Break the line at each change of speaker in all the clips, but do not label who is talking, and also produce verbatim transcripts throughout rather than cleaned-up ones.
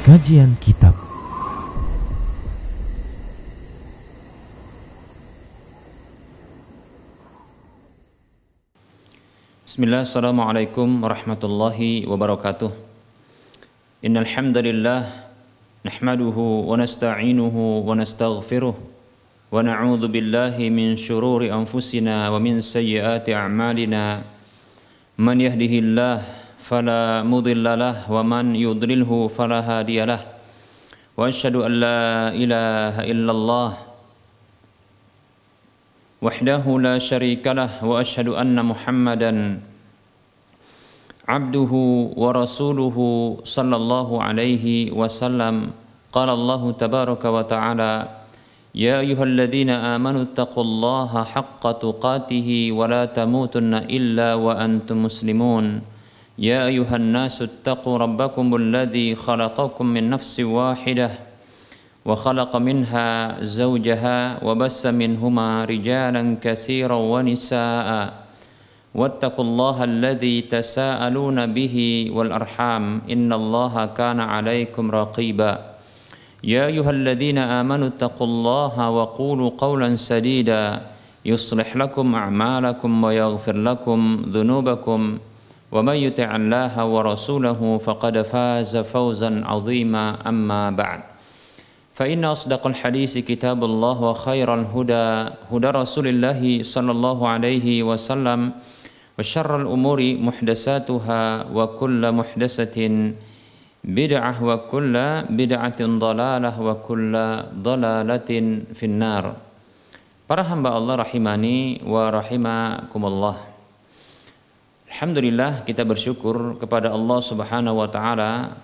Kajian Kitab.
Bismillah, assalamualaikum warahmatullahi wabarakatuh. Innal hamdalillah nahmaduhu wa nasta'inuhu wa nastaghfiruh wa na'udzu billahi min shururi anfusina wa min sayyiati a'malina. Man yahdihillahu fala mudilla lahu wa man yudlilhu fala hadiya lahu. Wa asyhadu an la ilaha illallah wahdahu la syarika lah wa asyhadu anna Muhammadan abduhu wa rasuluhu sallallahu alaihi wasallam. Qala Allah tabaraka wa ta'ala, ya ayyuhalladzina amanu taqullaha haqqa tuqatih wa la tamutunna illa wa antum muslimun. Ya ayyuhan nasu taqu rabbakumul ladzi khalaqakum min nafsin wahidah wa khalaqa minha zawjaha wa bassa minhuma rijalan katsiran wa nisaa'a wattaqullaha alladzi tasaaluna bihi wal arham innallaha kana 'alaikum raqiba. Ya ayyuhalladzina amanu taqullaha wa qulu qawlan sadida yuslih lakum a'malakum wa yaghfir lakum dhunubakum wa may yuti'illaha wa rasulahu faqad faza fawzan 'azima. Amma ba'd. Fa inna asdaqal hadisi kitabullah wa khairal huda huda Rasulillah sallallahu alaihi wasallam wa syarrul umuri muhdatsatuha wa kullu muhdatsatin bid'ah wa kullu bid'atin dhalalah wa kullu dhalalatin finnar. Para hamba Allah rahimani wa rahimakumullah. Alhamdulillah, kita bersyukur kepada Allah Subhanahu wa taala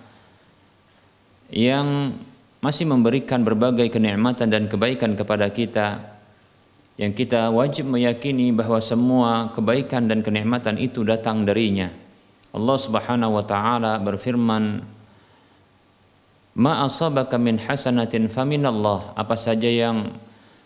yang masih memberikan berbagai kenikmatan dan kebaikan kepada kita, yang kita wajib meyakini bahwa semua kebaikan dan kenikmatan itu datang darinya. Allah Subhanahu wa taala berfirman, ma asabaka min hasanatin faminallah, apa saja yang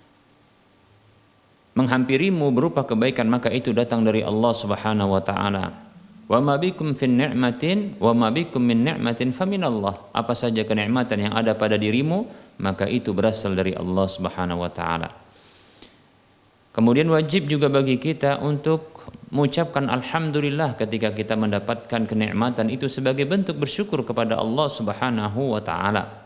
menghampirimu berupa kebaikan maka itu datang dari Allah Subhanahu wa taala. Wa ma bikum fin ni'matin wa ma bikum min ni'matin faminallah, apa saja kenikmatan yang ada pada dirimu maka itu berasal dari Allah Subhanahu wa taala. Kemudian wajib juga bagi kita untuk mengucapkan alhamdulillah ketika kita mendapatkan kenikmatan itu sebagai bentuk bersyukur kepada Allah Subhanahu wa taala.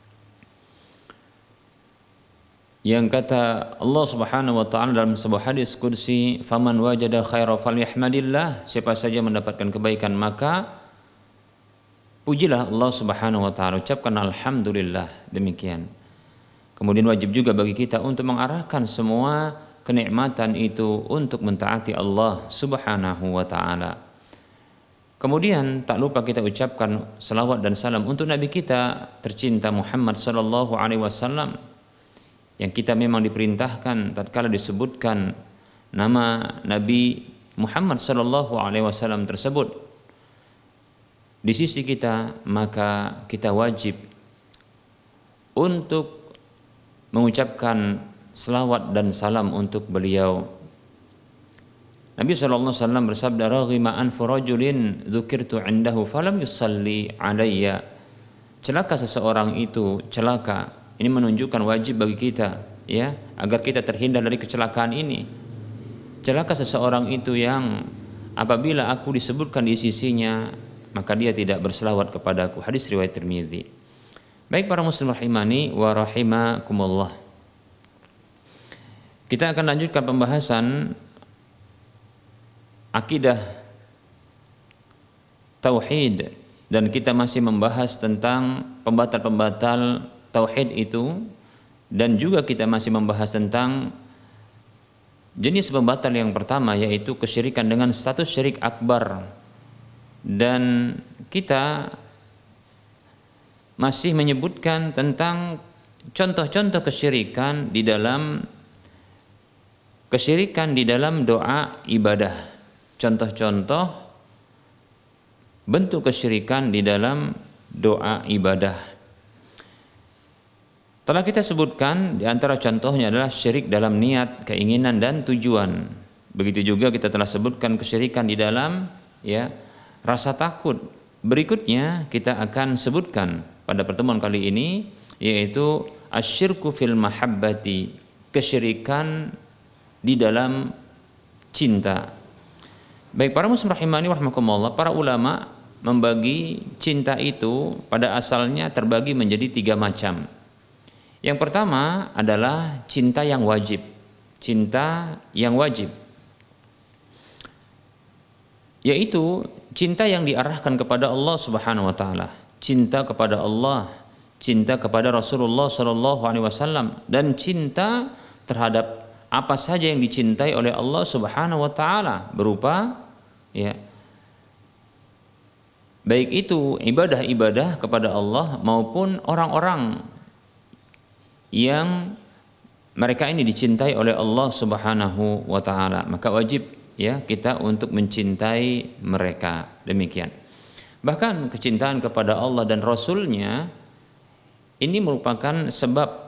Yang kata Allah Subhanahu wa taala dalam sebuah hadis qudsi, faman wajada khaira falyahmadillah, siapa saja mendapatkan kebaikan maka pujilah Allah Subhanahu wa taala, ucapkan alhamdulillah. Demikian. Kemudian wajib juga bagi kita untuk mengarahkan semua kenikmatan itu untuk mentaati Allah Subhanahu wa taala. Kemudian tak lupa kita ucapkan salawat dan salam untuk Nabi kita tercinta Muhammad sallallahu alaihi wasallam, yang kita memang diperintahkan tatkala disebutkan nama Nabi Muhammad sallallahu alaihi wasallam tersebut di sisi kita, maka kita wajib untuk mengucapkan selawat dan salam untuk beliau. Nabi sallallahu alaihi wasallam bersabda, raghima anfu rajulin dzukirtu indahu falam yusalli alayya. Celaka seseorang itu, celaka. Ini menunjukkan wajib bagi kita, ya, agar kita terhindar dari kecelakaan ini. Celaka seseorang itu yang apabila aku disebutkan di sisinya maka dia tidak berselawat kepadaku. Hadis riwayat Tirmidzi. Baik para muslim rahimani wa rahimakumullah. Kita akan lanjutkan pembahasan akidah tauhid, dan kita masih membahas tentang pembatal-pembatal tauhid itu, dan juga kita masih membahas tentang jenis pembatal yang pertama, yaitu kesyirikan dengan status syirik akbar. Dan kita masih menyebutkan tentang contoh-contoh kesyirikan di dalam kesyirikan di dalam doa ibadah, contoh-contoh bentuk kesyirikan di dalam doa ibadah. Telah kita sebutkan di antara contohnya adalah syirik dalam niat, keinginan dan tujuan. Begitu juga kita telah sebutkan kesyirikan di dalam ya rasa takut. Berikutnya kita akan sebutkan pada pertemuan kali ini, yaitu asyirku fil mahabbati, kesyirikan di dalam cinta. Baik para muslim rahimani warahmatullah, para ulama membagi cinta itu pada asalnya terbagi menjadi tiga macam. Yang pertama adalah cinta yang wajib. Cinta yang wajib, yaitu cinta yang diarahkan kepada Allah Subhanahu wa taala, cinta kepada Allah, cinta kepada Rasulullah sallallahu alaihi wasallam, dan cinta terhadap apa saja yang dicintai oleh Allah Subhanahu wa taala berupa ya baik itu ibadah-ibadah kepada Allah maupun orang-orang yang mereka ini dicintai oleh Allah Subhanahu wa taala. Maka wajib ya kita untuk mencintai mereka. Demikian. Bahkan kecintaan kepada Allah dan Rasul-Nya ini merupakan sebab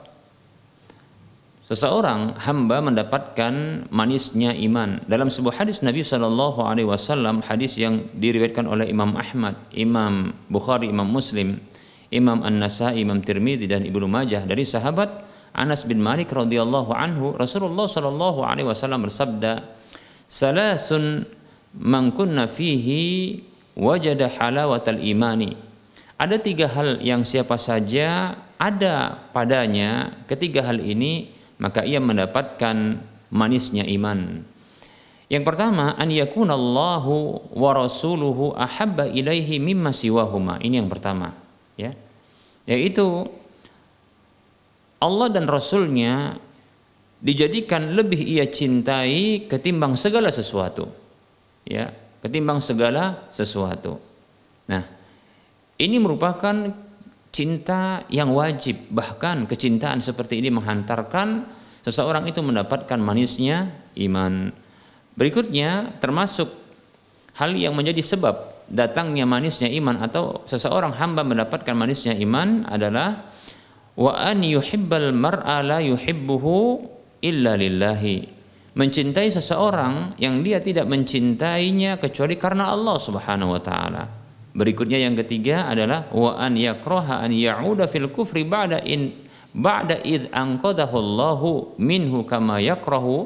seseorang hamba mendapatkan manisnya iman. Dalam sebuah hadis Nabi shallallahu alaihi wasallam, hadis yang diriwayatkan oleh Imam Ahmad, Imam Bukhari, Imam Muslim, Imam An-Nasai, Imam Tirmidzi dan Ibnu Majah, dari sahabat Anas bin Malik radhiyallahu anhu, Rasulullah shallallahu alaihi wasallam bersabda, "Salasun man kunna fihi wajada halawatal imani." Ada tiga hal yang siapa saja ada padanya ketiga hal ini, maka ia mendapatkan manisnya iman. Yang pertama, an yakunallahu wa rasuluhu ahabba ilaihi mimma siwahuma. Ini yang pertama, ya. Yaitu Allah dan Rasul-Nya dijadikan lebih ia cintai ketimbang segala sesuatu. Ya, ketimbang segala sesuatu. Nah, ini merupakan cinta yang wajib. Bahkan kecintaan seperti ini menghantarkan seseorang itu mendapatkan manisnya iman. Berikutnya termasuk hal yang menjadi sebab datangnya manisnya iman atau seseorang hamba mendapatkan manisnya iman adalah wa an yuhibbal mar'a la yuhibbuhu illa lillahi. Mencintai seseorang yang dia tidak mencintainya kecuali karena Allah Subhanahu wa taala. Berikutnya yang ketiga adalah wa an yakraha an ya'uda fil kufri ba'da in ba'da id anqadahu Allahu minhu kama yakrahu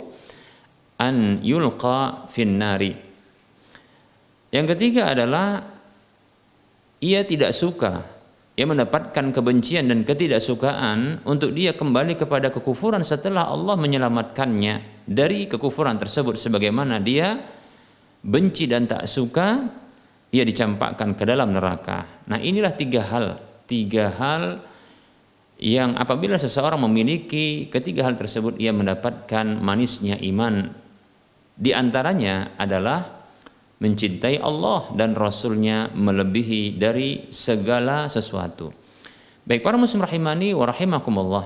an yulqa fin nari. Yang ketiga adalah ia tidak suka, ia mendapatkan kebencian dan ketidaksukaan untuk dia kembali kepada kekufuran setelah Allah menyelamatkannya dari kekufuran tersebut, sebagaimana dia benci dan tak suka ia dicampakkan ke dalam neraka. Nah, inilah tiga hal, tiga hal yang apabila seseorang memiliki ketiga hal tersebut ia mendapatkan manisnya iman. Di antaranya adalah mencintai Allah dan Rasul-Nya melebihi dari segala sesuatu. Baik para muslim rahimani wa rahimakumullah.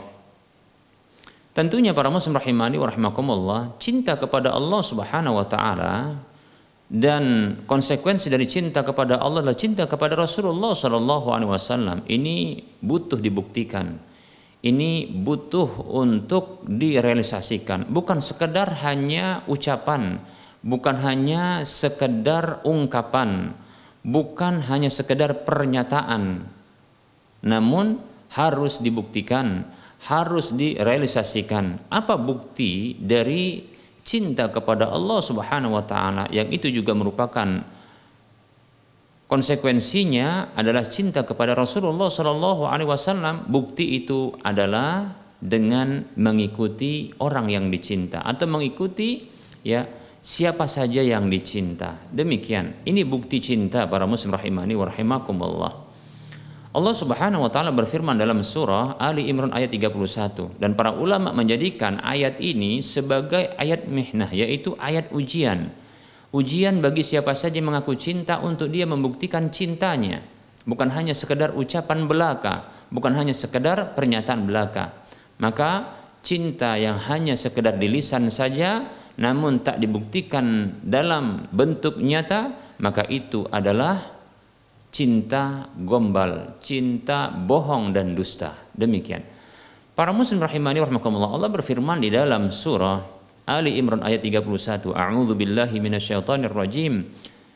Tentunya para muslim rahimani wa rahimakumullah, cinta kepada Allah Subhanahu wa taala dan konsekuensi dari cinta kepada Allah adalah cinta kepada Rasulullah sallallahu alaihi wasallam. Ini butuh dibuktikan. Ini butuh untuk direalisasikan, bukan sekedar hanya ucapan, bukan hanya sekedar ungkapan, bukan hanya sekedar pernyataan, namun harus dibuktikan, harus direalisasikan. Apa bukti dari cinta kepada Allah Subhanahu wa taala yang itu juga merupakan konsekuensinya adalah cinta kepada Rasulullah sallallahu alaihi wasallam? Bukti itu adalah dengan mengikuti orang yang dicinta atau mengikuti ya siapa saja yang dicinta. Demikian. Ini bukti cinta para muslim rahimani wa rahimakumullah. Allah Subhanahu wa taala berfirman dalam surah Ali Imran ayat tiga puluh satu, dan para ulama menjadikan ayat ini sebagai ayat mihnah, yaitu ayat ujian. Ujian bagi siapa saja yang mengaku cinta untuk dia membuktikan cintanya. Bukan hanya sekedar ucapan belaka, bukan hanya sekedar pernyataan belaka. Maka cinta yang hanya sekedar di lisan saja namun tak dibuktikan dalam bentuk nyata, maka itu adalah cinta gombal, cinta bohong dan dusta. Demikian. Para muslim rahimani warahmatullah, Allah berfirman di dalam surah Ali Imran ayat tiga puluh satu, A'udzu billahi minasyaitonir rajim.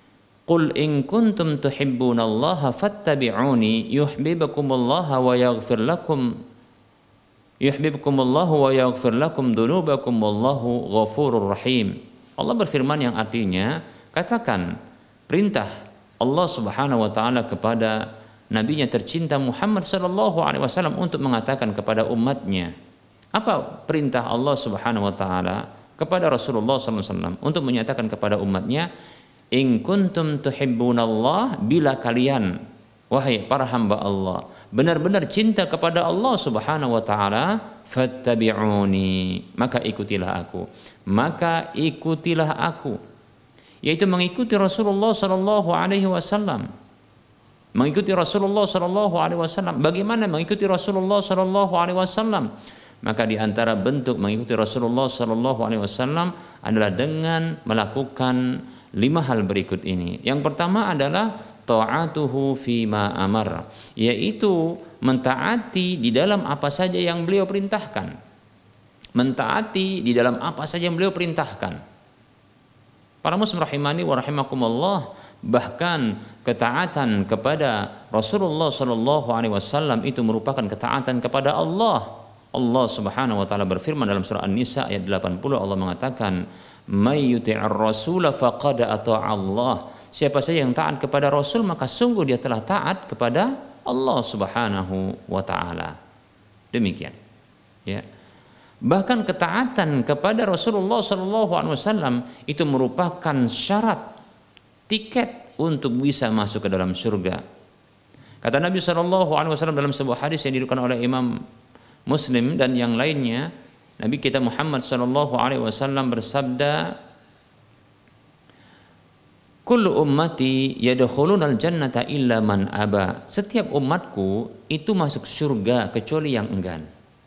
Qul in kuntum tuhibbunallaha fattabi'uni yuhibbukumullahu wa yaghfir lakum yuhibbukumullahu wa yaghfir lakum dzunubakum wallahu ghafurur rahim. Allah berfirman yang artinya, katakan perintah Allah Subhanahu wa taala kepada nabinya tercinta Muhammad sallallahu alaihi wasallam untuk mengatakan kepada umatnya. Apa perintah Allah Subhanahu wa taala kepada Rasulullah sallallahu alaihi wasallam untuk menyatakan kepada umatnya, in kuntum tuhibbunallah, bila kalian wahai para hamba Allah benar-benar cinta kepada Allah Subhanahu wa taala, fattabi'uni, maka ikutilah aku. Maka ikutilah aku, yaitu mengikuti Rasulullah sallallahu alaihi wasallam. Mengikuti Rasulullah sallallahu alaihi wasallam. Bagaimana mengikuti Rasulullah sallallahu alaihi wasallam? Maka di antara bentuk mengikuti Rasulullah sallallahu alaihi wasallam adalah dengan melakukan lima hal berikut ini. Yang pertama adalah ta'atuhu fima amar, yaitu mentaati di dalam apa saja yang beliau perintahkan. Mentaati di dalam apa saja yang beliau perintahkan. Para muslim rahimani wa rahimakumullah, bahkan ketaatan kepada Rasulullah sallallahu alaihi wasallam itu merupakan ketaatan kepada Allah. Allah Subhanahu wa taala berfirman dalam surah An-Nisa ayat delapan puluh, Allah mengatakan, "May yuti'ir rasula faqad ata'a Allah." Siapa saja yang taat kepada Rasul maka sungguh dia telah taat kepada Allah Subhanahu wa taala. Demikian. Ya. Bahkan ketaatan kepada Rasulullah sallallahu alaihi wasallam itu merupakan syarat tiket untuk bisa masuk ke dalam surga. Kata Nabi sallallahu alaihi wasallam dalam sebuah hadis yang diriwayatkan oleh Imam Muslim dan yang lainnya, Nabi kita Muhammad sallallahu alaihi wasallam bersabda, kullu ummati yadkhulunal jannata illa man aba. Setiap umatku itu masuk surga kecuali yang enggan.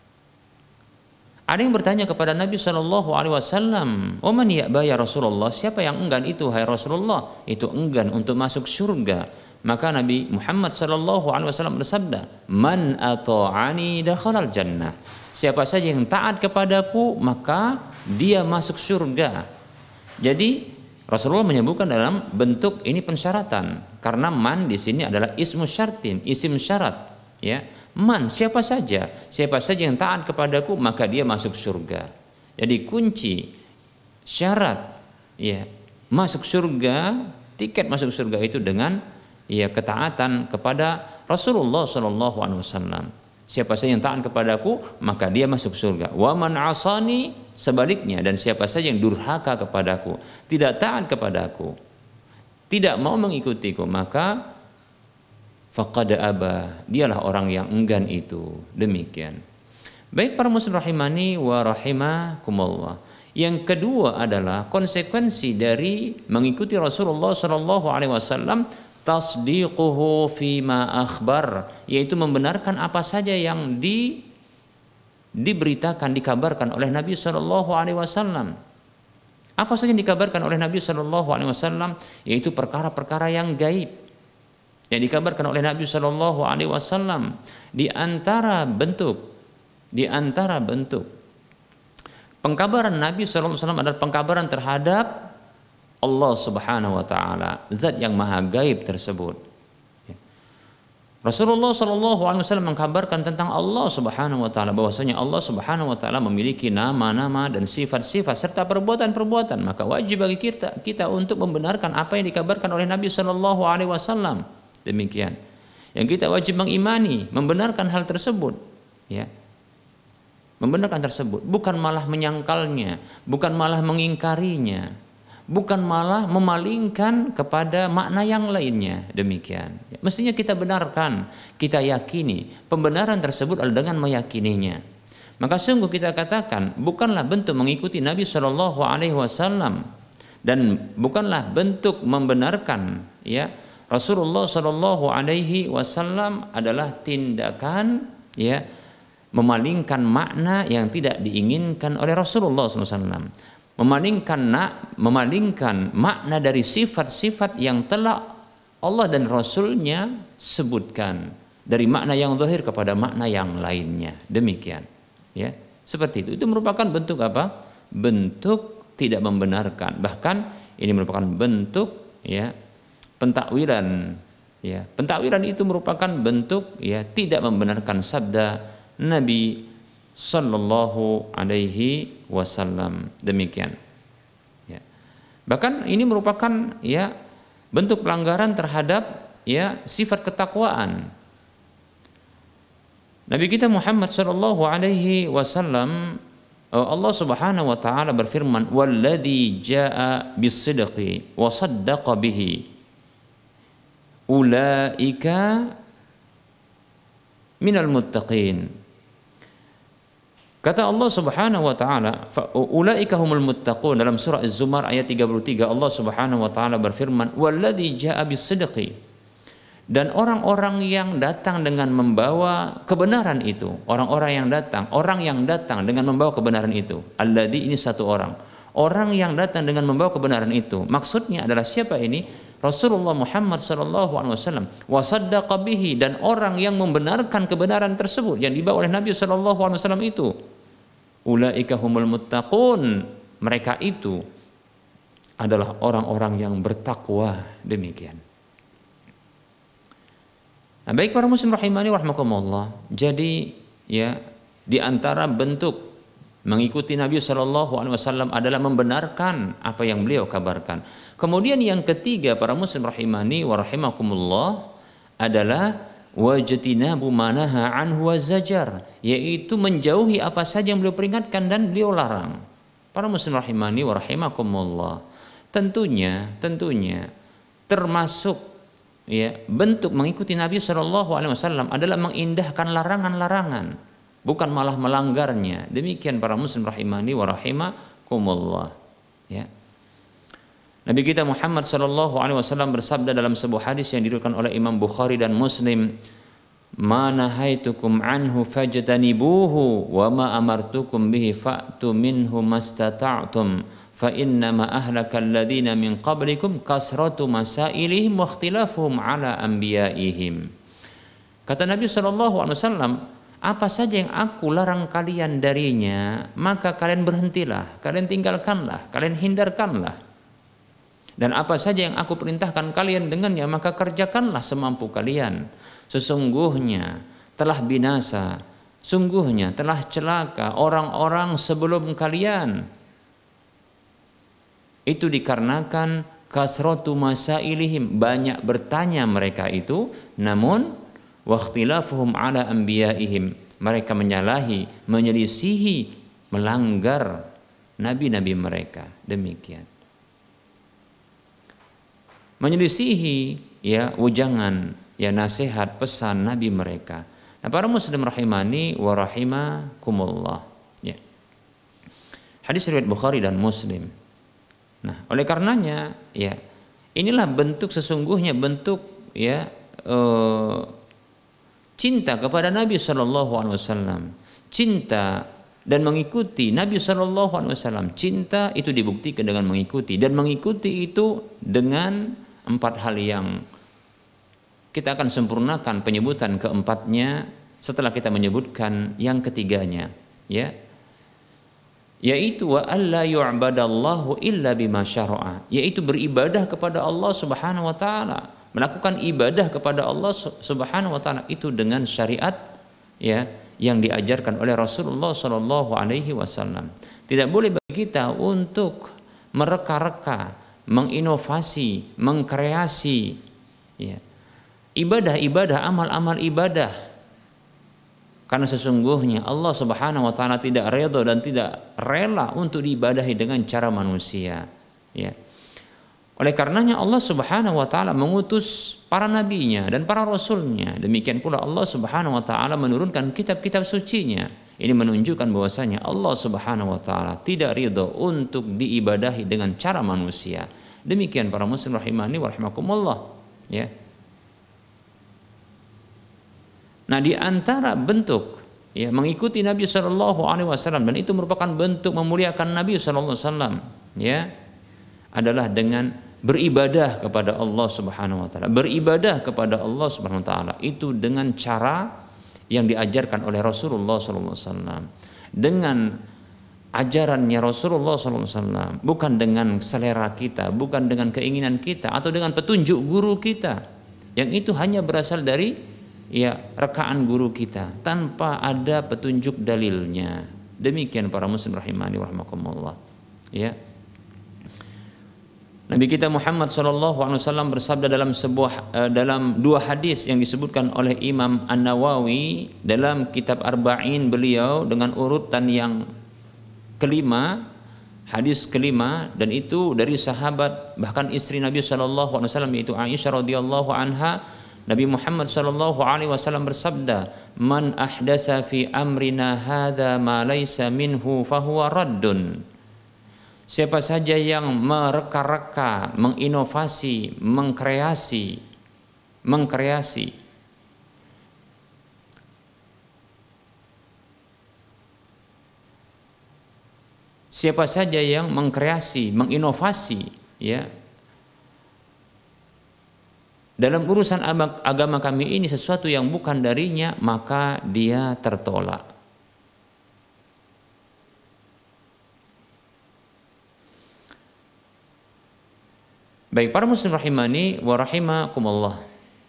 Ada yang bertanya kepada Nabi sallallahu alaihi wasallam, "Wa man ya'ba ya Rasulullah?" Siapa yang enggan itu hai Rasulullah? Itu enggan untuk masuk surga. Maka Nabi Muhammad sallallahu alaihi wasallam bersabda, "Man ata'ani dakhalal jannah." Siapa saja yang taat kepadaku maka dia masuk surga. Jadi Rasulullah menyebutkan dalam bentuk ini pensyaratan, karena man di sini adalah ismu syartin, isim syarat, ya. Man, siapa saja, siapa saja yang taat kepadaku maka dia masuk surga. Jadi kunci syarat, ya, masuk surga, tiket masuk surga itu dengan ya ketaatan kepada Rasulullah sallallahu alaihi wasallam. Siapa saja yang taat kepadaku maka dia masuk surga. Wa man asani, sebaliknya, dan siapa saja yang durhaka kepadaku, tidak taat kepadaku, tidak mau mengikutiku, maka faqad aba, dialah orang yang enggan itu. Demikian. Baik para muslim rahimani wa rahimakumullah. Yang kedua adalah konsekuensi dari mengikuti Rasulullah sallallahu alaihi wasallam, tasdiquhu fima akhbar, yaitu membenarkan apa saja yang di diberitakan, dikabarkan oleh Nabi sallallahu alaihi wasallam. Apa saja yang dikabarkan oleh Nabi sallallahu alaihi wasallam, yaitu perkara-perkara yang gaib yang dikabarkan oleh Nabi sallallahu alaihi wasallam. Di antara bentuk di antara bentuk pengkabaran Nabi sallallahu alaihi wasallam adalah pengkabaran terhadap Allah Subhanahu wa taala, zat yang maha gaib tersebut. Rasulullah sallallahu alaihi wasallam mengkabarkan tentang Allah Subhanahu wa taala, bahwasanya Allah Subhanahu wa taala memiliki nama-nama dan sifat-sifat serta perbuatan-perbuatan. Maka wajib bagi kita kita untuk membenarkan apa yang dikabarkan oleh Nabi sallallahu alaihi wasallam. Demikian. Yang kita wajib mengimani, membenarkan hal tersebut, ya. Membenarkan tersebut, bukan malah menyangkalnya, bukan malah mengingkarinya, bukan malah memalingkan kepada makna yang lainnya. Demikian. Mestinya kita benarkan, kita yakini. Pembenaran tersebut adalah dengan meyakininya. Maka sungguh kita katakan, bukanlah bentuk mengikuti Nabi Shallallahu Alaihi Wasallam dan bukanlah bentuk membenarkan, ya, Rasulullah Shallallahu Alaihi Wasallam adalah tindakan, ya, memalingkan makna yang tidak diinginkan oleh Rasulullah Shallallahu Alaihi Wasallam. Memalingkan, memalingkan makna dari sifat-sifat yang telah Allah dan Rasulnya sebutkan, dari makna yang zahir kepada makna yang lainnya. Demikian, ya, seperti itu. Itu merupakan bentuk apa? Bentuk tidak membenarkan. Bahkan ini merupakan bentuk, ya, pentakwilan. Ya, pentakwilan itu merupakan bentuk ya tidak membenarkan sabda Nabi Sallallahu Alaihi Wasallam, demikian. Ya. Bahkan ini merupakan ya bentuk pelanggaran terhadap ya sifat ketakwaan. Nabi kita Muhammad Sallallahu Alaihi Wasallam, Allah Subhanahu Wa Taala berfirman, "Walladzi jaa bis-sidqi wa saddaqa bihi." Ulaika minal muttaqin. Kata Allah Subhanahu wa taala, ulaika humul muttaqun, dalam surah Az-Zumar ayat tiga puluh tiga Allah Subhanahu wa taala berfirman, walladzi jaa bis-sidqi, dan orang-orang yang datang dengan membawa kebenaran itu, orang-orang yang datang, orang yang datang dengan membawa kebenaran itu. Alladzi ini satu orang. Orang yang datang dengan membawa kebenaran itu, maksudnya adalah siapa ini? Rasulullah Muhammad sallallahu alaihi wasallam, wa saddaqa bihi, dan orang yang membenarkan kebenaran tersebut yang dibawa oleh Nabi sallallahu alaihi wasallam itu. Ulaika humul muttaqun, mereka itu adalah orang-orang yang bertakwa, demikian. Nah, baik para muslim rahimani wa rahmakumullah. Jadi ya di antara bentuk mengikuti Nabi Shallallahu Alaihi Wasallam adalah membenarkan apa yang beliau kabarkan. Kemudian yang ketiga para muslim rahimani wa rahimakumullah adalah wajtinabu manaha anhu wazajar, yaitu menjauhi apa saja yang beliau peringatkan dan beliau larang. Para muslim rahimani wa rahimakumullah. Tentunya, tentunya termasuk ya bentuk mengikuti Nabi Shallallahu Alaihi Wasallam adalah mengindahkan larangan-larangan, bukan malah melanggarnya. Demikian para muslim rahimani wa rahimakumullah. Ya. Nabi kita Muhammad sallallahu alaihi wasallam bersabda dalam sebuah hadis yang diriwayatkan oleh Imam Bukhari dan Muslim, "Ma nahaitukum anhu fajtanibuhu wa ma amartukum bihi fa'tu minhu mastata'tum fa inna ma ahlakal ladzina min qablikum kasratu masailihim wa ikhtilafuhum ala anbiya'ihim." Kata Nabi sallallahu alaihi wasallam, apa saja yang aku larang kalian darinya, maka kalian berhentilah, kalian tinggalkanlah, kalian hindarkanlah. Dan apa saja yang aku perintahkan kalian dengannya, maka kerjakanlah semampu kalian. Sesungguhnya telah binasa, sungguhnya telah celaka orang-orang sebelum kalian. Itu dikarenakan kasratu masailihim, banyak bertanya mereka itu, namun wakhtilafuhum ala anbiya'ihim, mereka menyalahi, menyelisihi, melanggar nabi-nabi mereka. Demikian. Menyelisihi ya ujangan, ya nasihat, pesan nabi mereka. Nah, para muslim rahimani wa rahimakumullah. Ya. Hadis riwayat Bukhari dan Muslim. Nah, oleh karenanya ya inilah bentuk sesungguhnya bentuk ya eh, cinta kepada Nabi Shallallahu Alaihi Wasallam, cinta dan mengikuti Nabi Shallallahu Alaihi Wasallam. Cinta itu dibuktikan dengan mengikuti, dan mengikuti itu dengan empat hal yang kita akan sempurnakan penyebutan keempatnya setelah kita menyebutkan yang ketiganya, ya, yaitu wa alla yu'badallahu illa bima syara'a, yaitu beribadah kepada Allah Subhanahu wa taala, melakukan ibadah kepada Allah Subhanahu wa taala itu dengan syariat ya yang diajarkan oleh Rasulullah Shallallahu Alaihi Wasallam. Tidak boleh bagi kita untuk mereka-reka, menginovasi, mengkreasi ya, ibadah-ibadah, amal-amal ibadah, karena sesungguhnya Allah Subhanahu wa taala tidak redha dan tidak rela untuk diibadahi dengan cara manusia ya. Oleh karenanya Allah Subhanahu wa taala mengutus para nabinya dan para rasulnya. Demikian pula Allah Subhanahu wa taala menurunkan kitab-kitab sucinya. Ini menunjukkan bahwasanya Allah Subhanahu wa taala tidak ridha untuk diibadahi dengan cara manusia. Demikian para muslim rahimani wa rahimakumullah, ya. Nah, di antara bentuk ya mengikuti Nabi sallallahu alaihi wasallam, dan itu merupakan bentuk memuliakan Nabi sallallahu alaihi wasallam, ya, adalah dengan beribadah kepada Allah Subhanahu wa taala. Beribadah kepada Allah Subhanahu wa taala itu dengan cara yang diajarkan oleh Rasulullah sallallahu alaihi wasallam, dengan ajarannya Rasulullah shallallahu alaihi wasallam, bukan dengan selera kita, bukan dengan keinginan kita, atau dengan petunjuk guru kita, yang itu hanya berasal dari ya rekaan guru kita tanpa ada petunjuk dalilnya. Demikian para muslim rahimani wa rahimakumullah. Ya. Nabi kita Muhammad shallallahu alaihi wasallam bersabda dalam sebuah uh, dalam dua hadis yang disebutkan oleh Imam An-Nawawi dalam kitab Arba'in beliau dengan urutan yang kelima, hadis kelima, dan itu dari sahabat bahkan istri Nabi shallallahu alaihi wasallam yaitu Aisyah radhiyallahu anha. Nabi Muhammad shallallahu alaihi wasallam bersabda, "Man ahdasa fi amrina hadza ma laisa minhu fahuwa raddun." Siapa saja yang mereka-reka, menginovasi, mengkreasi, mengkreasi siapa saja yang mengkreasi, menginovasi, ya, dalam urusan agama kami ini sesuatu yang bukan darinya, maka dia tertolak. Baik para muslim rahimani wa rahimakumullah.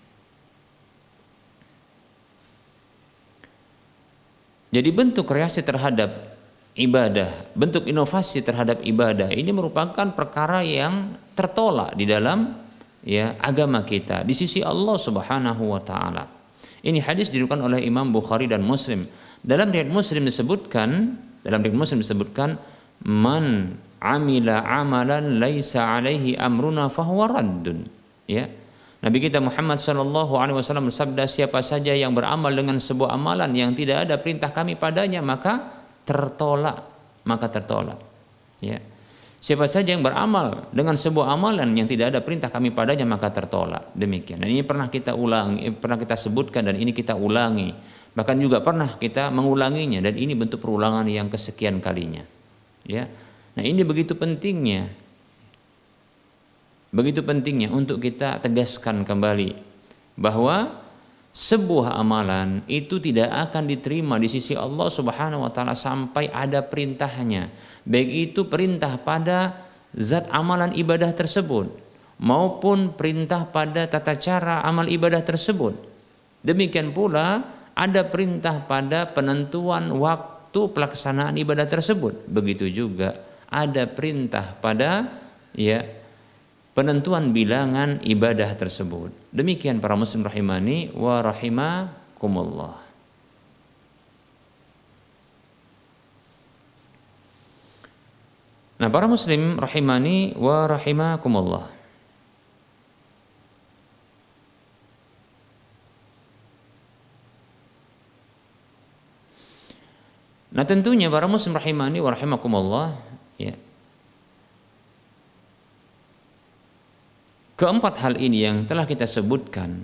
Jadi bentuk kreasi terhadap ibadah, bentuk inovasi terhadap ibadah ini merupakan perkara yang tertolak di dalam ya agama kita di sisi Allah Subhanahu wa taala. Ini hadis diriwayatkan oleh Imam Bukhari dan Muslim. Dalam riwayat Muslim disebutkan, dalam riwayat Muslim disebutkan man amila amalan laisa alaihi amruna fahuwa raddun. Ya. Nabi kita Muhammad sallallahu alaihi wasallam bersabda, siapa saja yang beramal dengan sebuah amalan yang tidak ada perintah kami padanya, maka tertolak, maka tertolak. Ya. Siapa saja yang beramal dengan sebuah amalan yang tidak ada perintah kami padanya, maka tertolak. Demikian. Dan ini pernah kita ulangi, pernah kita sebutkan, dan ini kita ulangi. Bahkan juga pernah kita mengulanginya, dan ini bentuk perulangan yang kesekian kalinya. Ya. Nah, ini begitu pentingnya, begitu pentingnya untuk kita tegaskan kembali bahwa sebuah amalan itu tidak akan diterima di sisi Allah Subhanahu wa taala sampai ada perintahnya. Baik itu perintah pada zat amalan ibadah tersebut maupun perintah pada tata cara amal ibadah tersebut. Demikian pula ada perintah pada penentuan waktu pelaksanaan ibadah tersebut. Begitu juga ada perintah pada ya penentuan bilangan ibadah tersebut. Demikian para muslim rahimani wa rahimakumullah. Nah, para muslim rahimani wa rahimakumullah. Nah, tentunya para muslim rahimani wa rahimakumullah, ya. Keempat hal ini yang telah kita sebutkan,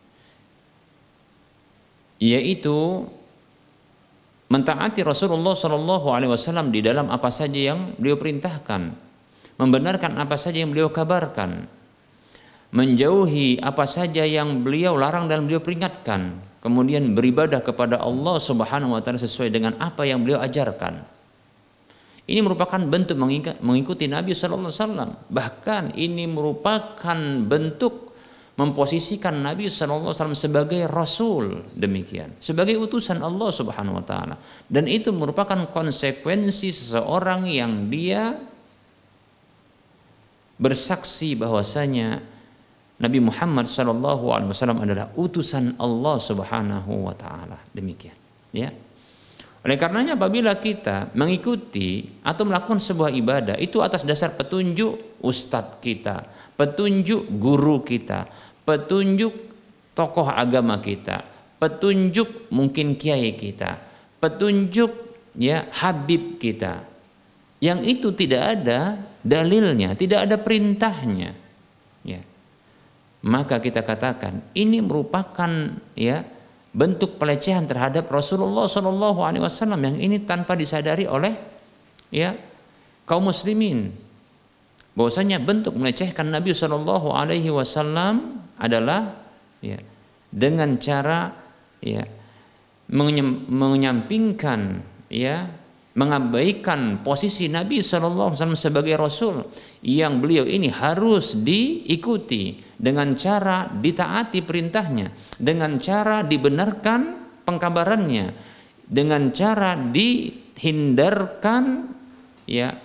yaitu mentaati Rasulullah shallallahu alaihi wasallam di dalam apa saja yang beliau perintahkan, membenarkan apa saja yang beliau kabarkan, menjauhi apa saja yang beliau larang dan beliau peringatkan, kemudian beribadah kepada Allah Subhanahu wa taala sesuai dengan apa yang beliau ajarkan. Ini merupakan bentuk mengikuti Nabi shallallahu alaihi wasallam. Bahkan ini merupakan bentuk memposisikan Nabi shallallahu alaihi wasallam sebagai Rasul, demikian, sebagai utusan Allah Subhanahu wa taala. Dan itu merupakan konsekuensi seseorang yang dia bersaksi bahwasanya Nabi Muhammad shallallahu alaihi wasallam adalah utusan Allah Subhanahu wa taala. Demikian, ya. Oleh karenanya apabila kita mengikuti atau melakukan sebuah ibadah itu atas dasar petunjuk ustadz kita, petunjuk guru kita, petunjuk tokoh agama kita, petunjuk mungkin kiai kita, petunjuk ya habib kita, yang itu tidak ada dalilnya, tidak ada perintahnya, ya, maka kita katakan ini merupakan ya bentuk pelecehan terhadap Rasulullah shallallahu alaihi wasallam yang ini tanpa disadari oleh ya kaum muslimin. Bahwasanya bentuk melecehkan Nabi shallallahu alaihi wasallam adalah ya dengan cara ya menyampingkan ya mengabaikan posisi Nabi shallallahu alaihi wasallam sebagai Rasul yang beliau ini harus diikuti dengan cara ditaati perintahnya, dengan cara dibenarkan pengkabarannya, dengan cara dihindarkan ya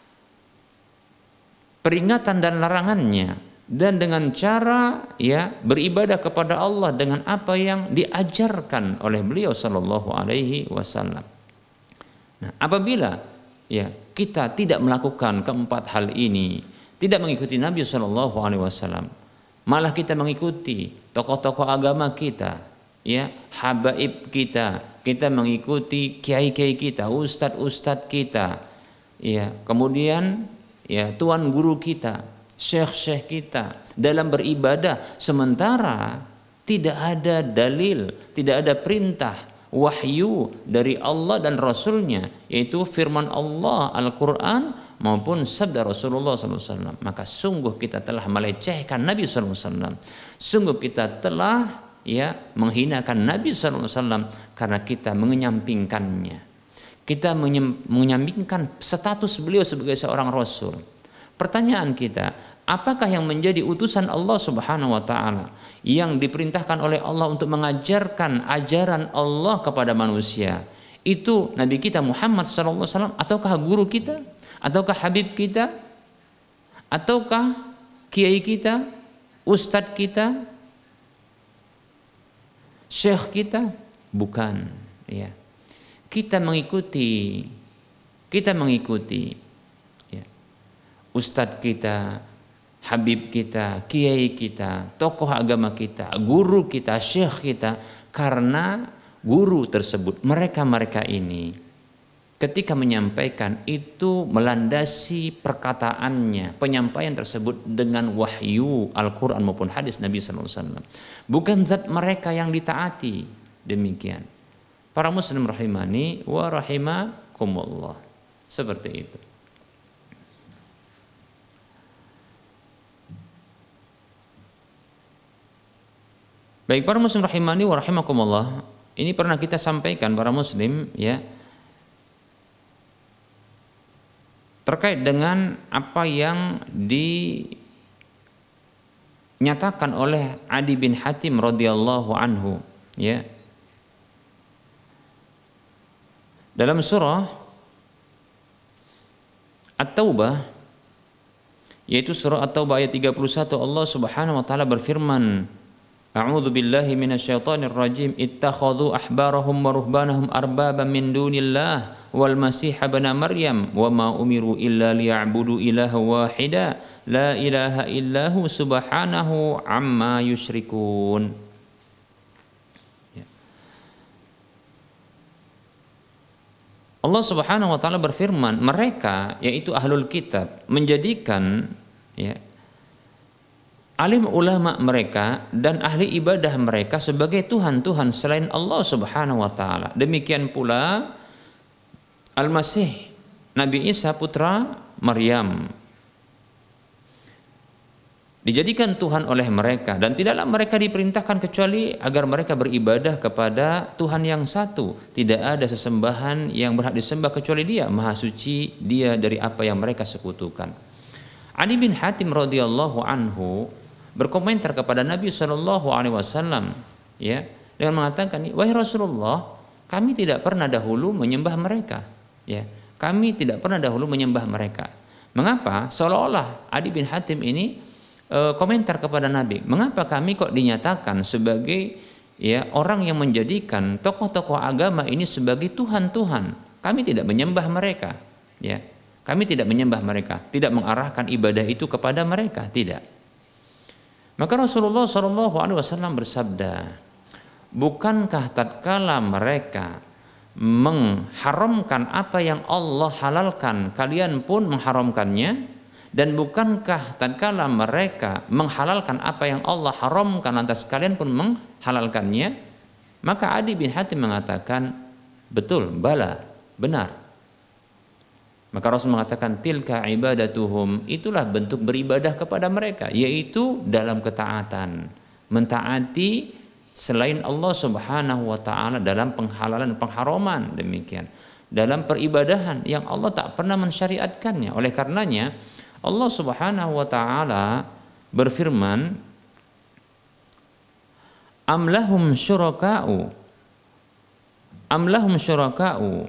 peringatan dan larangannya, dan dengan cara ya beribadah kepada Allah dengan apa yang diajarkan oleh beliau shallallahu alaihi wasallam. Nah, apabila ya kita tidak melakukan keempat hal ini, tidak mengikuti Nabi shallallahu alaihi wasallam, malah kita mengikuti tokoh-tokoh agama kita, ya habaib kita, kita mengikuti kiai-kiai kita, ustadz-ustadz kita, ya kemudian ya tuan guru kita, syekh-syekh kita dalam beribadah, sementara tidak ada dalil, tidak ada perintah wahyu dari Allah dan Rasulnya, yaitu firman Allah Al-Quran maupun sabda Rasulullah shallallahu alaihi wasallam, maka sungguh kita telah melecehkan Nabi shallallahu alaihi wasallam, sungguh kita telah ya menghinakan Nabi shallallahu alaihi wasallam karena kita menyampingkannya, kita menyampingkan status beliau sebagai seorang Rasul. Pertanyaan kita, apakah yang menjadi utusan Allah Subhanahu wa taala yang diperintahkan oleh Allah untuk mengajarkan ajaran Allah kepada manusia? Itu Nabi kita Muhammad shallallahu alaihi wasallam, ataukah guru kita, ataukah habib kita, ataukah kiai kita, ustadz kita, syekh kita? Bukan, ya. Kita mengikuti kita mengikuti ustadz kita, habib kita, kiai kita, tokoh agama kita, guru kita, syekh kita, karena guru tersebut, mereka-mereka ini ketika menyampaikan itu melandasi perkataannya, penyampaian tersebut dengan wahyu Al-Quran maupun hadis Nabi shallallahu alaihi wasallam, bukan zat mereka yang ditaati. Demikian para muslim rahimani wa rahimakumullah, seperti itu. Baik para muslim rahimani wa rahimakumullah, ini pernah kita sampaikan para muslim ya, terkait dengan apa yang dinyatakan oleh Adi bin Hatim radhiyallahu anhu ya, dalam surah At-Taubah, yaitu surah At-Taubah ayat tiga puluh satu, Allah Subhanahu wa taala berfirman, A'udzu billahi minasyaitonir rajim, ittakhadhu ahbarahum wa ruhbanahum arbaban min dunillah wal masih ibn maryam wa ma umiru illa liya'budu ilaha wahida la ilaha illahu subhanahu amma yusyrikun. Ya. Allah Subhanahu wa taala berfirman, mereka yaitu ahlul kitab menjadikan ya alim ulama mereka dan ahli ibadah mereka sebagai Tuhan-Tuhan selain Allah Subhanahu wa taala. Demikian pula Al-Masih Nabi Isa putra Maryam dijadikan Tuhan oleh mereka, dan tidaklah mereka diperintahkan kecuali agar mereka beribadah kepada Tuhan yang satu. Tidak ada sesembahan yang berhak disembah kecuali Dia, Maha Suci Dia dari apa yang mereka sekutukan. Ali bin Hatim radhiyallahu anhu berkomentar kepada Nabi shallallahu alaihi wasallam ya, dengan mengatakan, wahai Rasulullah, kami tidak pernah dahulu menyembah mereka, ya, kami tidak pernah dahulu menyembah mereka. Mengapa? Seolah-olah Adi bin Hatim ini e, komentar kepada Nabi, mengapa kami kok dinyatakan sebagai ya orang yang menjadikan tokoh-tokoh agama ini sebagai Tuhan-Tuhan? Kami tidak menyembah mereka, ya, kami tidak menyembah mereka, tidak mengarahkan ibadah itu kepada mereka, tidak. Maka Rasulullah shallallahu alaihi wasallam bersabda, bukankah tatkala mereka mengharamkan apa yang Allah halalkan, kalian pun mengharamkannya? Dan bukankah tatkala mereka menghalalkan apa yang Allah haramkan, lantas kalian pun menghalalkannya? Maka Adi bin Hatim mengatakan, betul, bala, benar. Maka Rasul mengatakan, tilka ibadatuhum, itulah bentuk beribadah kepada mereka, yaitu dalam ketaatan, mentaati selain Allah Subhanahu wa taala dalam penghalalan pengharaman. Demikian. dalam peribadahan yang Allah tak pernah mensyariatkannya. Oleh karenanya Allah Subhanahu wa taala berfirman, Am lahum syuraka'u Am lahum syuraka'u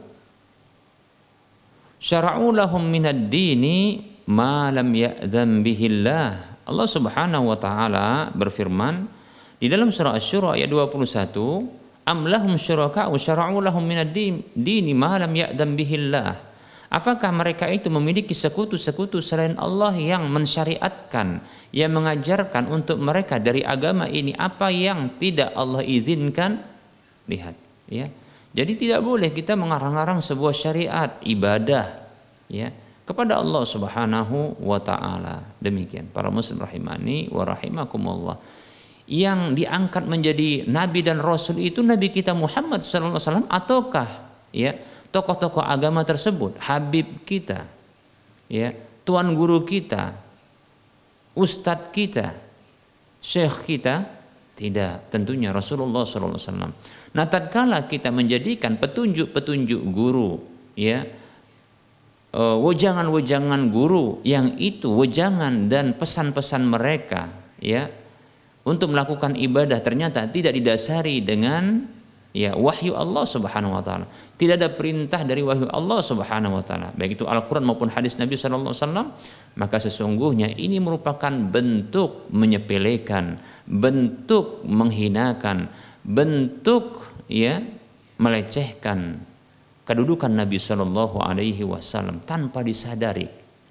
syara'u lahum minad dini ma lam ya'dzan bihillah. Allah Subhanahu wa taala berfirman di dalam surah Asy-Syura ayat dua puluh satu, Am lahum syuraka'u syara'u lahum minad dini ma lam ya'dzan bihillah. Apakah mereka itu memiliki sekutu-sekutu selain Allah yang mensyariatkan, yang mengajarkan untuk mereka dari agama ini apa yang tidak Allah izinkan? Lihat, ya. Jadi tidak boleh kita mengarang-arang sebuah syariat ibadah, ya, kepada Allah Subhanahu wa taala. Demikian para muslim rahimani wa rahimakumullah. Yang diangkat menjadi nabi dan rasul itu Nabi kita Muhammad sallallahu alaihi wasallam ataukah ya tokoh-tokoh agama tersebut, habib kita, ya, tuan guru kita, ustadz kita, syekh kita? Tidak, tentunya Rasulullah sallallahu alaihi wasallam. Nah, tatkala kita menjadikan petunjuk-petunjuk guru, ya, wejangan-wejangan guru yang itu wejangan dan pesan-pesan mereka, ya, untuk melakukan ibadah ternyata tidak didasari dengan ya wahyu Allah Subhanahu wa taala. Tidak ada perintah dari wahyu Allah Subhanahu wa taala, baik itu Al-Qur'an maupun hadis Nabi sallallahu alaihi wasallam, maka sesungguhnya ini merupakan bentuk menyepelekan, bentuk menghinakan, bentuk ya melecehkan kedudukan Nabi sallallahu alaihi wasallam tanpa disadari.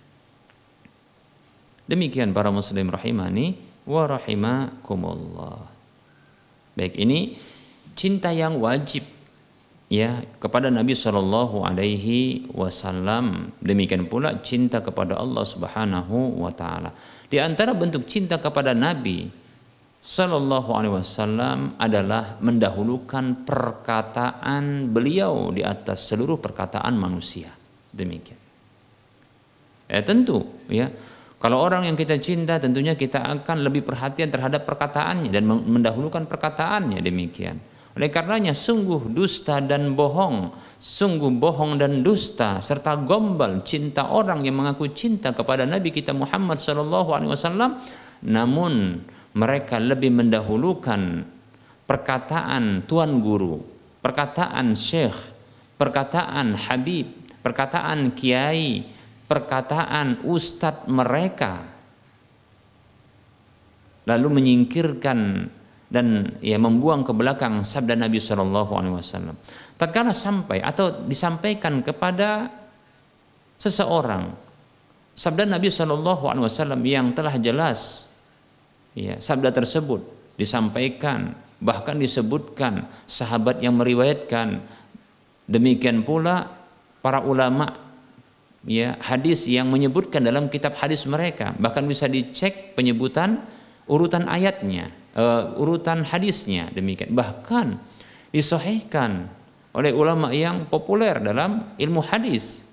Demikian para muslim rahimani wa rahimakumullah. Baik, ini cinta yang wajib ya kepada Nabi sallallahu alaihi wasallam. Demikian pula cinta kepada Allah Subhanahu wa taala. Di antara bentuk cinta kepada Nabi sallallahu alaihi wasallam adalah mendahulukan perkataan beliau di atas seluruh perkataan manusia. Demikian. Ya tentu ya, kalau orang yang kita cinta tentunya kita akan lebih perhatian terhadap perkataannya dan mendahulukan perkataannya. Demikian. Oleh karenanya sungguh dusta dan bohong, sungguh bohong dan dusta serta gombal cinta orang yang mengaku cinta kepada Nabi kita Muhammad sallallahu alaihi wasallam, namun mereka lebih mendahulukan perkataan tuan guru, perkataan syekh, perkataan habib, perkataan kiai, perkataan ustadz mereka, lalu menyingkirkan dan ya membuang ke belakang sabda Nabi sallallahu alaihi wasallam. Tatkala sampai atau disampaikan kepada seseorang sabda Nabi sallallahu alaihi wasallam yang telah jelas, ya, sabda tersebut disampaikan, bahkan disebutkan sahabat yang meriwayatkan, demikian pula para ulama ya hadis yang menyebutkan dalam kitab hadis mereka, bahkan bisa dicek penyebutan urutan ayatnya, Uh, urutan hadisnya, demikian bahkan disahihkan oleh ulama yang populer dalam ilmu hadis.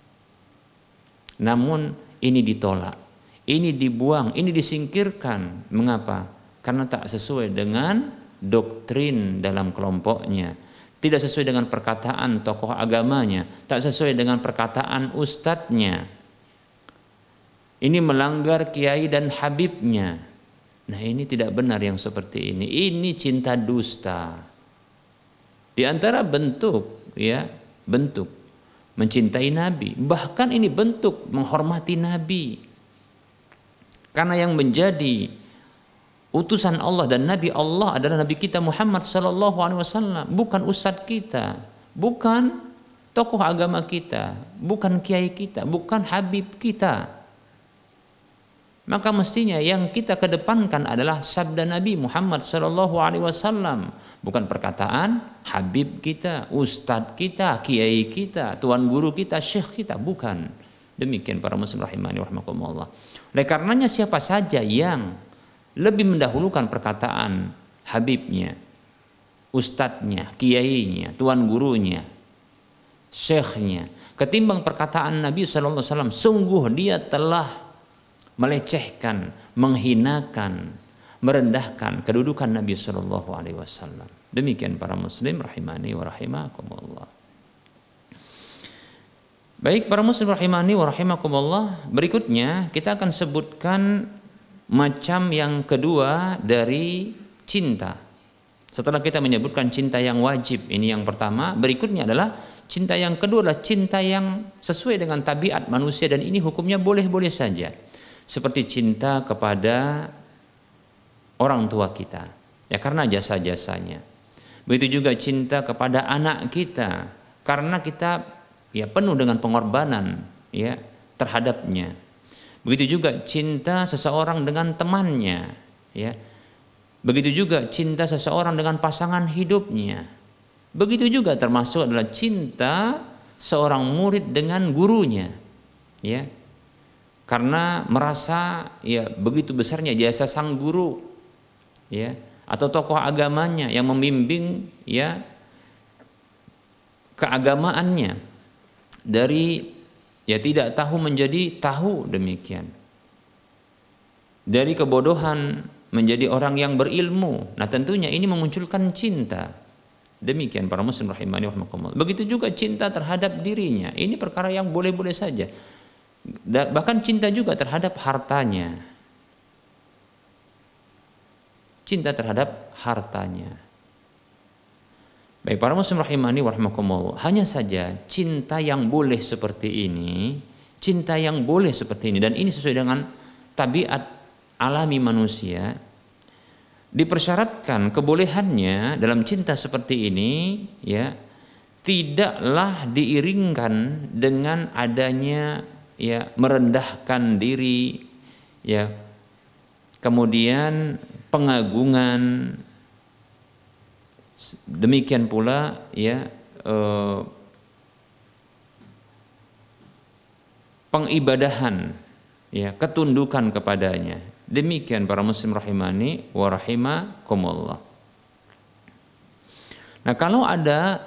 Namun ini ditolak, ini dibuang, ini disingkirkan. Mengapa? Karena tak sesuai dengan doktrin dalam kelompoknya, tidak sesuai dengan perkataan tokoh agamanya, tak sesuai dengan perkataan ustadznya. Ini melanggar kiai dan habibnya. Nah, ini tidak benar yang seperti ini. Ini cinta dusta. Di antara bentuk ya, bentuk mencintai Nabi, bahkan ini bentuk menghormati Nabi. Karena yang menjadi utusan Allah dan Nabi Allah adalah Nabi kita Muhammad sallallahu alaihi wasallam, bukan ustadz kita, bukan tokoh agama kita, bukan kiai kita, bukan habib kita. Maka mestinya yang kita kedepankan adalah sabda Nabi Muhammad sallallahu alaihi wasallam, bukan perkataan habib kita, ustadz kita, kiai kita, tuan guru kita, syekh kita, bukan. Demikian para muslim rahimani wa rahimakumullah. Oleh karenanya siapa saja yang lebih mendahulukan perkataan habibnya, ustadznya, kiainya, tuan gurunya, syekhnya ketimbang perkataan Nabi sallallahu alaihi wasallam, sungguh dia telah melecehkan, menghinakan, merendahkan kedudukan Nabi sallallahu alaihi wasallam. Demikian para muslim rahimani wa rahimakumullah. Baik para muslim rahimani wa rahimakumullah, berikutnya kita akan sebutkan macam yang kedua dari cinta. Setelah kita menyebutkan cinta yang wajib, ini yang pertama, berikutnya adalah cinta yang kedua adalah cinta yang sesuai dengan tabiat manusia, dan ini hukumnya boleh-boleh saja. Seperti cinta kepada orang tua kita, ya karena jasa-jasanya. Begitu juga cinta kepada anak kita, karena kita ya penuh dengan pengorbanan ya terhadapnya. Begitu juga cinta seseorang dengan temannya, ya. Begitu juga cinta seseorang dengan pasangan hidupnya. Begitu juga termasuk adalah cinta seorang murid dengan gurunya, ya. Karena merasa ya begitu besarnya jasa sang guru, ya, atau tokoh agamanya yang membimbing ya keagamaannya, dari ya tidak tahu menjadi tahu, demikian. Dari kebodohan menjadi orang yang berilmu. Nah, tentunya ini memunculkan cinta. Demikian para muslim rahimani wa rahimakumullah. Begitu juga cinta terhadap dirinya. Ini perkara yang boleh-boleh saja. Bahkan cinta juga terhadap hartanya. Cinta terhadap hartanya. Baik para muslim rahimani wa rahimakumullah, hanya saja cinta yang boleh seperti ini, cinta yang boleh seperti ini, dan ini sesuai dengan tabiat alami manusia, dipersyaratkan kebolehannya dalam cinta seperti ini ya tidaklah diiringkan dengan adanya ya merendahkan diri, ya kemudian pengagungan. Demikian pula ya eh, pengibadahan, ya ketundukan kepadanya. Demikian para muslim rahimani wa rahimakumullah. Nah, kalau ada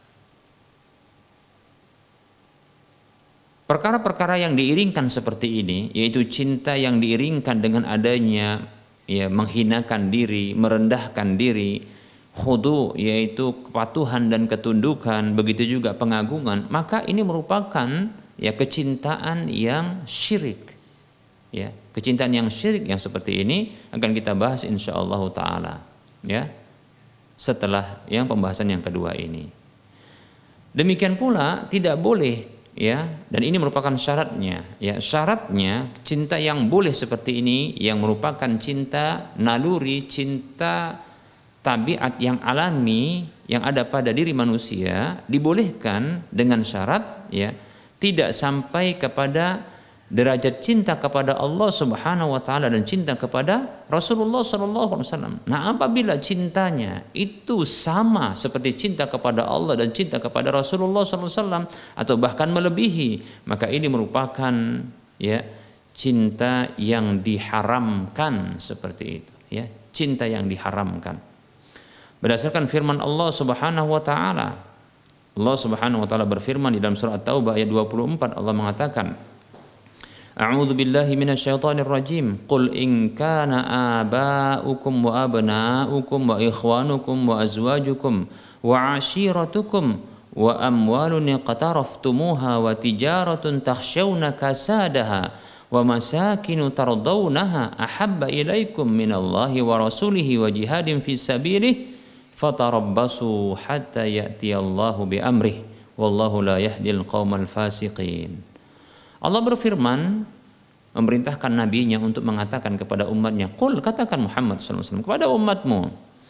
perkara-perkara yang diiringkan seperti ini, yaitu cinta yang diiringkan dengan adanya ya menghinakan diri, merendahkan diri, khudu yaitu kepatuhan dan ketundukan, begitu juga pengagungan, maka ini merupakan ya kecintaan yang syirik. Ya, kecintaan yang syirik yang seperti ini akan kita bahas insyaallah taala ya setelah yang pembahasan yang kedua ini. Demikian pula tidak boleh ya, dan ini merupakan syaratnya ya, syaratnya cinta yang boleh seperti ini yang merupakan cinta naluri, cinta tabiat yang alami yang ada pada diri manusia, dibolehkan dengan syarat ya tidak sampai kepada derajat cinta kepada Allah Subhanahu wa taala dan cinta kepada Rasulullah sallallahu alaihi wasallam. Nah, apabila cintanya itu sama seperti cinta kepada Allah dan cinta kepada Rasulullah sallallahu alaihi wasallam atau bahkan melebihi, maka ini merupakan ya cinta yang diharamkan seperti itu ya, cinta yang diharamkan. Berdasarkan firman Allah Subhanahu wa taala. Allah Subhanahu wa taala berfirman di dalam surah At-Taubah ayat dua puluh empat, Allah mengatakan, A'udzu billahi minasyaitonir rajim. Qul in kana aba'ukum wa abna'ukum wa ikhwanukum wa azwajukum wa 'ashiratukum wa amwalun iqtaraftumuha wa tijaratun takhshawna kasadaha wa masakinu tardawnaha ahabba ilaikum minallahi wa rasulihi wa jihadin fi sabilihi fatarabbasu hatta ya'tiyallahu bi amrih wallahu la yahdil qaumal fasiqin. Allah berfirman memerintahkan nabinya untuk mengatakan kepada umatnya, qul, katakan Muhammad sallallahu alaihi wasallam kepada umatmu,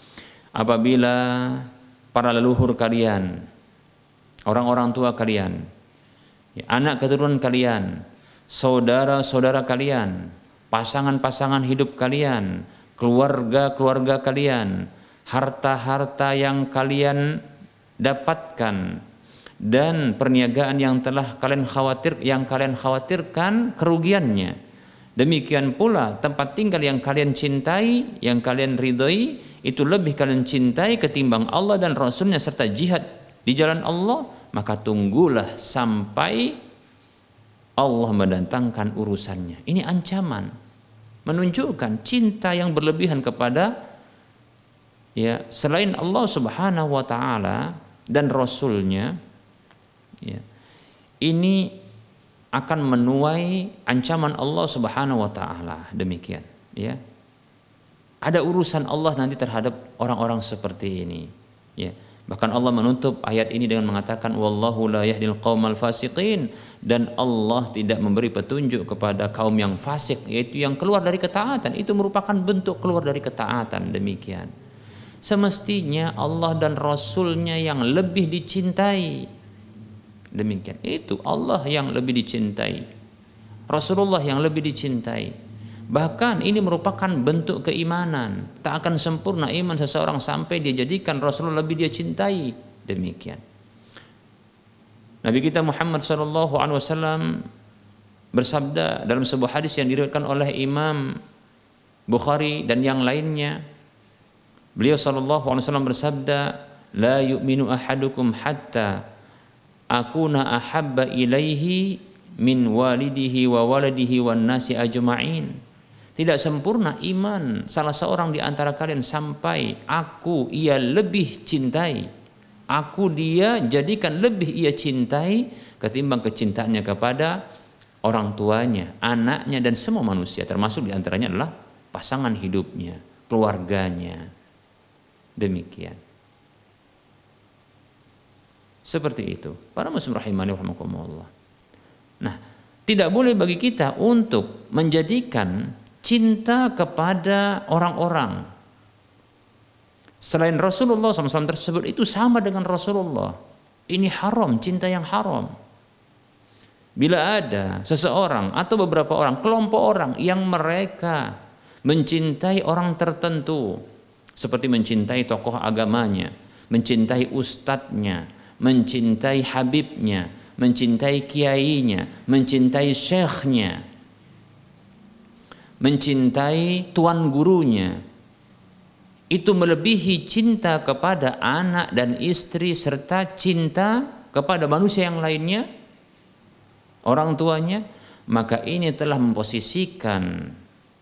apabila para leluhur kalian, orang-orang tua kalian, ya, anak keturunan kalian, saudara-saudara kalian, pasangan-pasangan hidup kalian, keluarga-keluarga kalian, harta-harta yang kalian dapatkan dan perniagaan yang telah kalian khawatir yang kalian khawatirkan kerugiannya. Demikian pula tempat tinggal yang kalian cintai, yang kalian ridhoi, itu lebih kalian cintai ketimbang Allah dan Rasulnya serta jihad di jalan Allah, maka tunggulah sampai Allah mendatangkan urusannya. Ini ancaman, menunjukkan cinta yang berlebihan kepada ya selain Allah Subhanahu wa taala dan Rasulnya. Ya. ini akan menuai ancaman Allah Subhanahu wa taala. Demikian, ya. Ada urusan Allah nanti terhadap orang-orang seperti ini, ya. Bahkan Allah menutup ayat ini dengan mengatakan wallahu la yahdil qaumal fasiqin, dan Allah tidak memberi petunjuk kepada kaum yang fasik, yaitu yang keluar dari ketaatan. Itu merupakan bentuk keluar dari ketaatan. Demikian. Semestinya Allah dan Rasulnya yang lebih dicintai. Demikian. Itu Allah yang lebih dicintai, Rasulullah yang lebih dicintai. Bahkan ini merupakan bentuk keimanan. Tak akan sempurna iman seseorang sampai dia jadikan Rasulullah lebih dia cintai. Demikian. Nabi kita Muhammad sallallahu alaihi wasallam bersabda dalam sebuah hadis yang diriwayatkan oleh Imam Bukhari dan yang lainnya. Beliau sallallahu alaihi wasallam bersabda, "La yu'minu ahadukum hatta akuna ahabba ilaihi min walidihi wa waladihi wan nasi ajma'in." Tidak sempurna iman salah seorang di antara kalian sampai aku ia lebih cintai, aku dia jadikan lebih ia cintai ketimbang kecintaannya kepada orang tuanya, anaknya, dan semua manusia, termasuk di antaranya adalah pasangan hidupnya, keluarganya. Demikian. Seperti itu. Para muslim rahimani rahimakumullah. Nah, tidak boleh bagi kita untuk menjadikan cinta kepada orang-orang selain Rasulullah shallallahu alaihi wasallam tersebut itu sama dengan Rasulullah. Ini haram, cinta yang haram. Bila ada seseorang atau beberapa orang, kelompok orang yang mereka mencintai orang tertentu, seperti mencintai tokoh agamanya, mencintai ustadznya, mencintai habibnya, mencintai kiainya, mencintai syekhnya, mencintai tuan gurunya, itu melebihi cinta kepada anak dan istri serta cinta kepada manusia yang lainnya, orang tuanya, maka ini telah memposisikan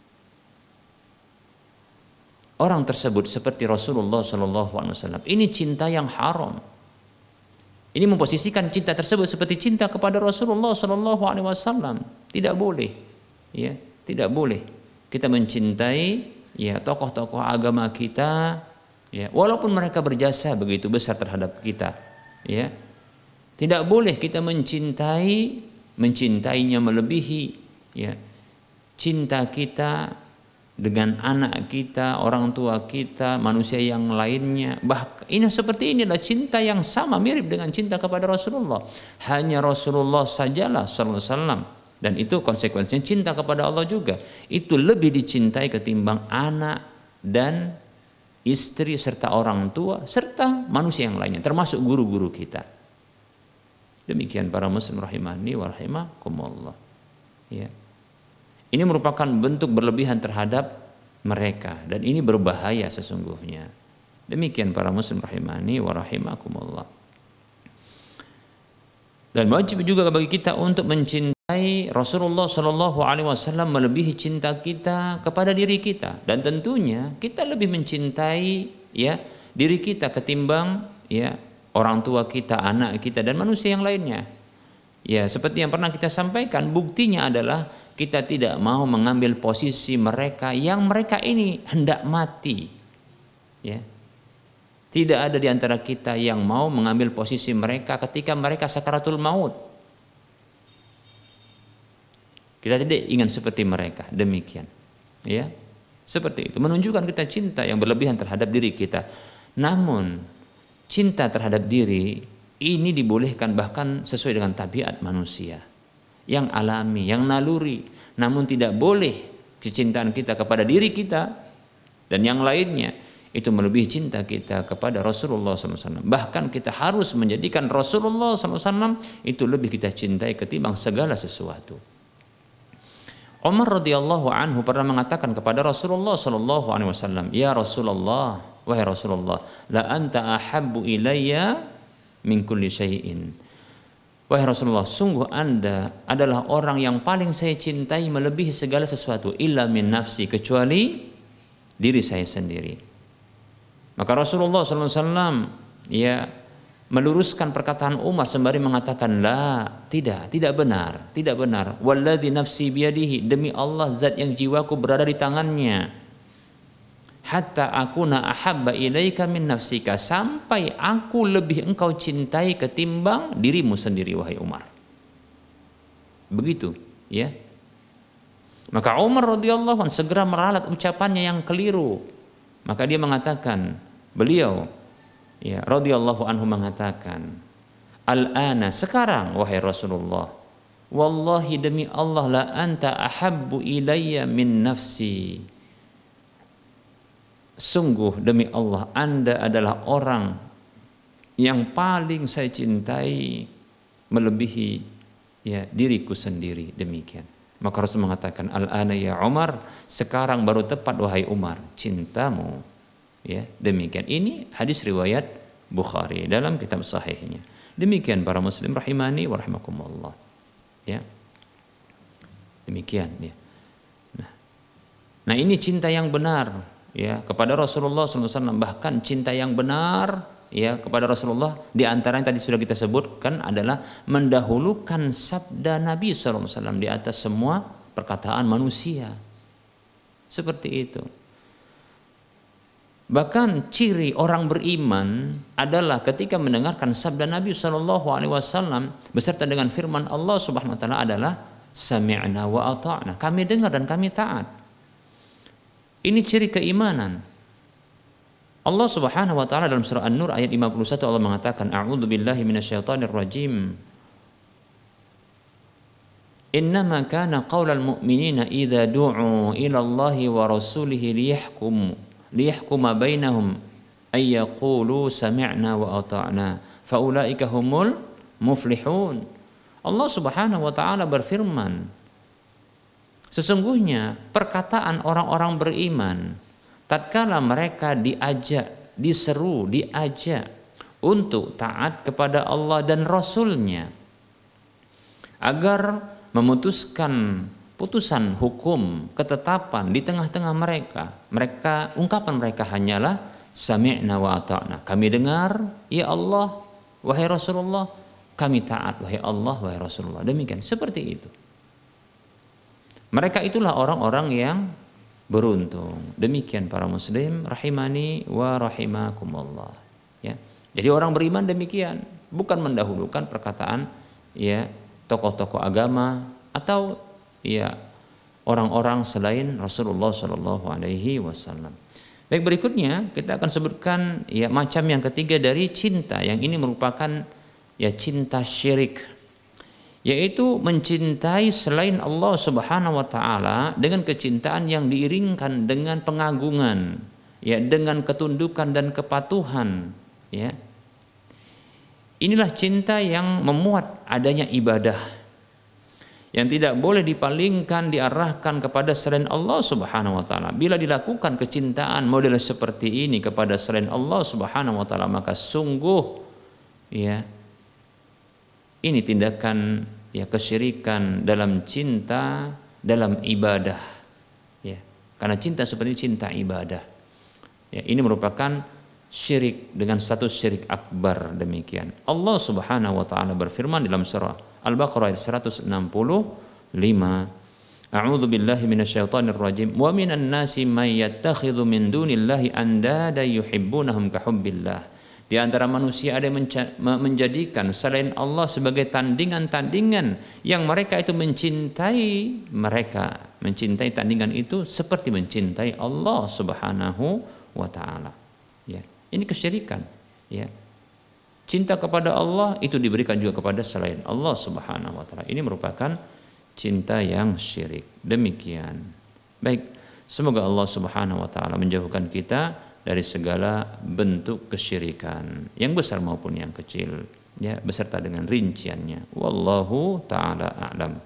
orang tersebut seperti Rasulullah shallallahu alaihi wasallam. Ini cinta yang haram. Ini memposisikan cinta tersebut seperti cinta kepada Rasulullah shallallahu alaihi wasallam. Tidak boleh, ya. Tidak boleh kita mencintai ya tokoh-tokoh agama kita, ya, walaupun mereka berjasa begitu besar terhadap kita, ya. Tidak boleh kita mencintai mencintainya melebihi ya cinta kita dengan anak kita, orang tua kita, manusia yang lainnya. Bahkan ini seperti inilah cinta yang sama mirip dengan cinta kepada Rasulullah. Hanya Rasulullah sajalah sallallahu alaihi wasallam, dan itu konsekuensinya cinta kepada Allah juga. Itu lebih dicintai ketimbang anak dan istri serta orang tua serta manusia yang lainnya, termasuk guru-guru kita. Demikian para muslim rahimani wa rahimakumullah. Ya. Ini merupakan bentuk berlebihan terhadap mereka dan ini berbahaya sesungguhnya. Demikian para muslim rahimani wa rahimakumullah. Dan wajib juga bagi kita untuk mencintai Rasulullah Shallallahu Alaihi Wasallam melebihi cinta kita kepada diri kita, dan tentunya kita lebih mencintai ya diri kita ketimbang ya orang tua kita, anak kita, dan manusia yang lainnya. Ya, seperti yang pernah kita sampaikan, buktinya adalah kita tidak mau mengambil posisi mereka yang mereka ini hendak mati. Ya. Tidak ada di antara kita yang mau mengambil posisi mereka ketika mereka sakaratul maut. Kita tidak ingin seperti mereka, demikian. Ya. Seperti itu, menunjukkan kita cinta yang berlebihan terhadap diri kita. Namun, cinta terhadap diri ini dibolehkan bahkan sesuai dengan tabiat manusia yang alami, yang naluri. Namun tidak boleh kecintaan kita kepada diri kita dan yang lainnya itu melebihi cinta kita kepada Rasulullah shallallahu alaihi wasallam. Bahkan kita harus menjadikan Rasulullah shallallahu alaihi wasallam itu lebih kita cintai ketimbang segala sesuatu. Umar radhiyallahu anhu pernah mengatakan kepada Rasulullah shallallahu alaihi wasallam, "Ya Rasulullah, wahai Rasulullah, la anta ahabbu ilayya min kulli syai'in." Wahai Rasulullah, sungguh Anda adalah orang yang paling saya cintai melebihi segala sesuatu, illa min nafsi, kecuali diri saya sendiri. Maka Rasulullah shallallahu alaihi wasallam ya meluruskan perkataan Umar sembari mengatakan la, tidak, tidak benar, tidak benar. Walladzi nafsi biyadihi, demi Allah zat yang jiwaku berada di tangannya. Hatta akuna ahabba ilaika min nafsika, sampai aku lebih engkau cintai ketimbang dirimu sendiri wahai Umar. Begitu, ya. Maka Umar radhiyallahu anhu segera meralat ucapannya yang keliru. Maka dia mengatakan, beliau ya radhiyallahu anhu mengatakan, al-ana, sekarang wahai Rasulullah, wallahi demi Allah la anta ahabbu ilayya min nafsi. Sungguh demi Allah Anda adalah orang yang paling saya cintai melebihi ya diriku sendiri, demikian. Maka Rasul mengatakan, al-ana ya Umar, sekarang baru tepat wahai Umar cintamu. Ya, demikian. Ini hadis riwayat Bukhari dalam kitab sahihnya. Demikian para muslim rahimani wa rahimakumullah. Ya. Demikian ya. Nah, nah ini cinta yang benar ya kepada Rasulullah sallallahu alaihi wasallam, bahkan cinta yang benar ya kepada Rasulullah di antara yang tadi sudah kita sebutkan adalah mendahulukan sabda Nabi sallallahu alaihi wasallam di atas semua perkataan manusia. Seperti itu. Bahkan ciri orang beriman adalah ketika mendengarkan sabda Nabi sallallahu alaihi wasallam beserta dengan firman Allah Subhanahu wa taala adalah sami'na wa ata'na. Kami dengar dan kami taat. Ini ciri keimanan. Allah Subhanahu wa taala dalam surah An-Nur ayat lima puluh satu Allah mengatakan, a'udzu billahi minasyaitonir rajim. Innama kana qaulal mu'minina idza du'u ila Allahi wa rasulihi liyahkum liyahkuma bainahum ay yaqulu sami'na wa ata'na faulaika humul muflihun. Allah Subhanahu wa taala berfirman, sesungguhnya perkataan orang-orang beriman tatkala mereka diajak, diseru, diajak untuk taat kepada Allah dan Rasul-Nya agar memutuskan putusan hukum, ketetapan di tengah-tengah mereka, mereka ungkapan mereka hanyalah sami'na wa ata'na. Kami dengar ya Allah wahai Rasulullah, kami taat wahai Allah wahai Rasulullah. Demikian, seperti itu. Mereka itulah orang-orang yang beruntung. Demikian para muslim rahimani wa rahimakumullah. Ya. Jadi orang beriman demikian, bukan mendahulukan perkataan ya tokoh-tokoh agama atau ya orang-orang selain Rasulullah Shallallahu Alaihi Wasallam. Baik, berikutnya kita akan sebutkan ya macam yang ketiga dari cinta, yang ini merupakan ya cinta syirik, yaitu mencintai selain Allah Subhanahu Wa Taala dengan kecintaan yang diiringkan dengan pengagungan, ya dengan ketundukan dan kepatuhan. Ya, inilah cinta yang memuat adanya ibadah yang tidak boleh dipalingkan, diarahkan kepada selain Allah Subhanahu wa taala. Bila dilakukan kecintaan model seperti ini kepada selain Allah Subhanahu wa taala, maka sungguh ya ini tindakan ya kesyirikan dalam cinta, dalam ibadah. Ya, karena cinta seperti cinta ibadah. Ya, ini merupakan syirik dengan status syirik akbar, demikian. Allah Subhanahu wa taala berfirman dalam surah Al-Baqarah ayat seratus enam puluh lima, A'udzu billahi minasyaitonir rajim, wa minan nasi may yattakhidhu min dunillahi andada yuhibbunahum kahubbillah. Di antara manusia ada yang menjadikan selain Allah sebagai tandingan-tandingan yang mereka itu mencintai mereka, mencintai tandingan itu seperti mencintai Allah Subhanahu wa taala. Ya, ini kesyirikan, ya. Cinta kepada Allah itu diberikan juga kepada selain Allah Subhanahu wa taala. Ini merupakan cinta yang syirik. Demikian. Baik, semoga Allah Subhanahu wa taala menjauhkan kita dari segala bentuk kesyirikan, yang besar maupun yang kecil, ya, beserta dengan rinciannya. Wallahu taala a'lam.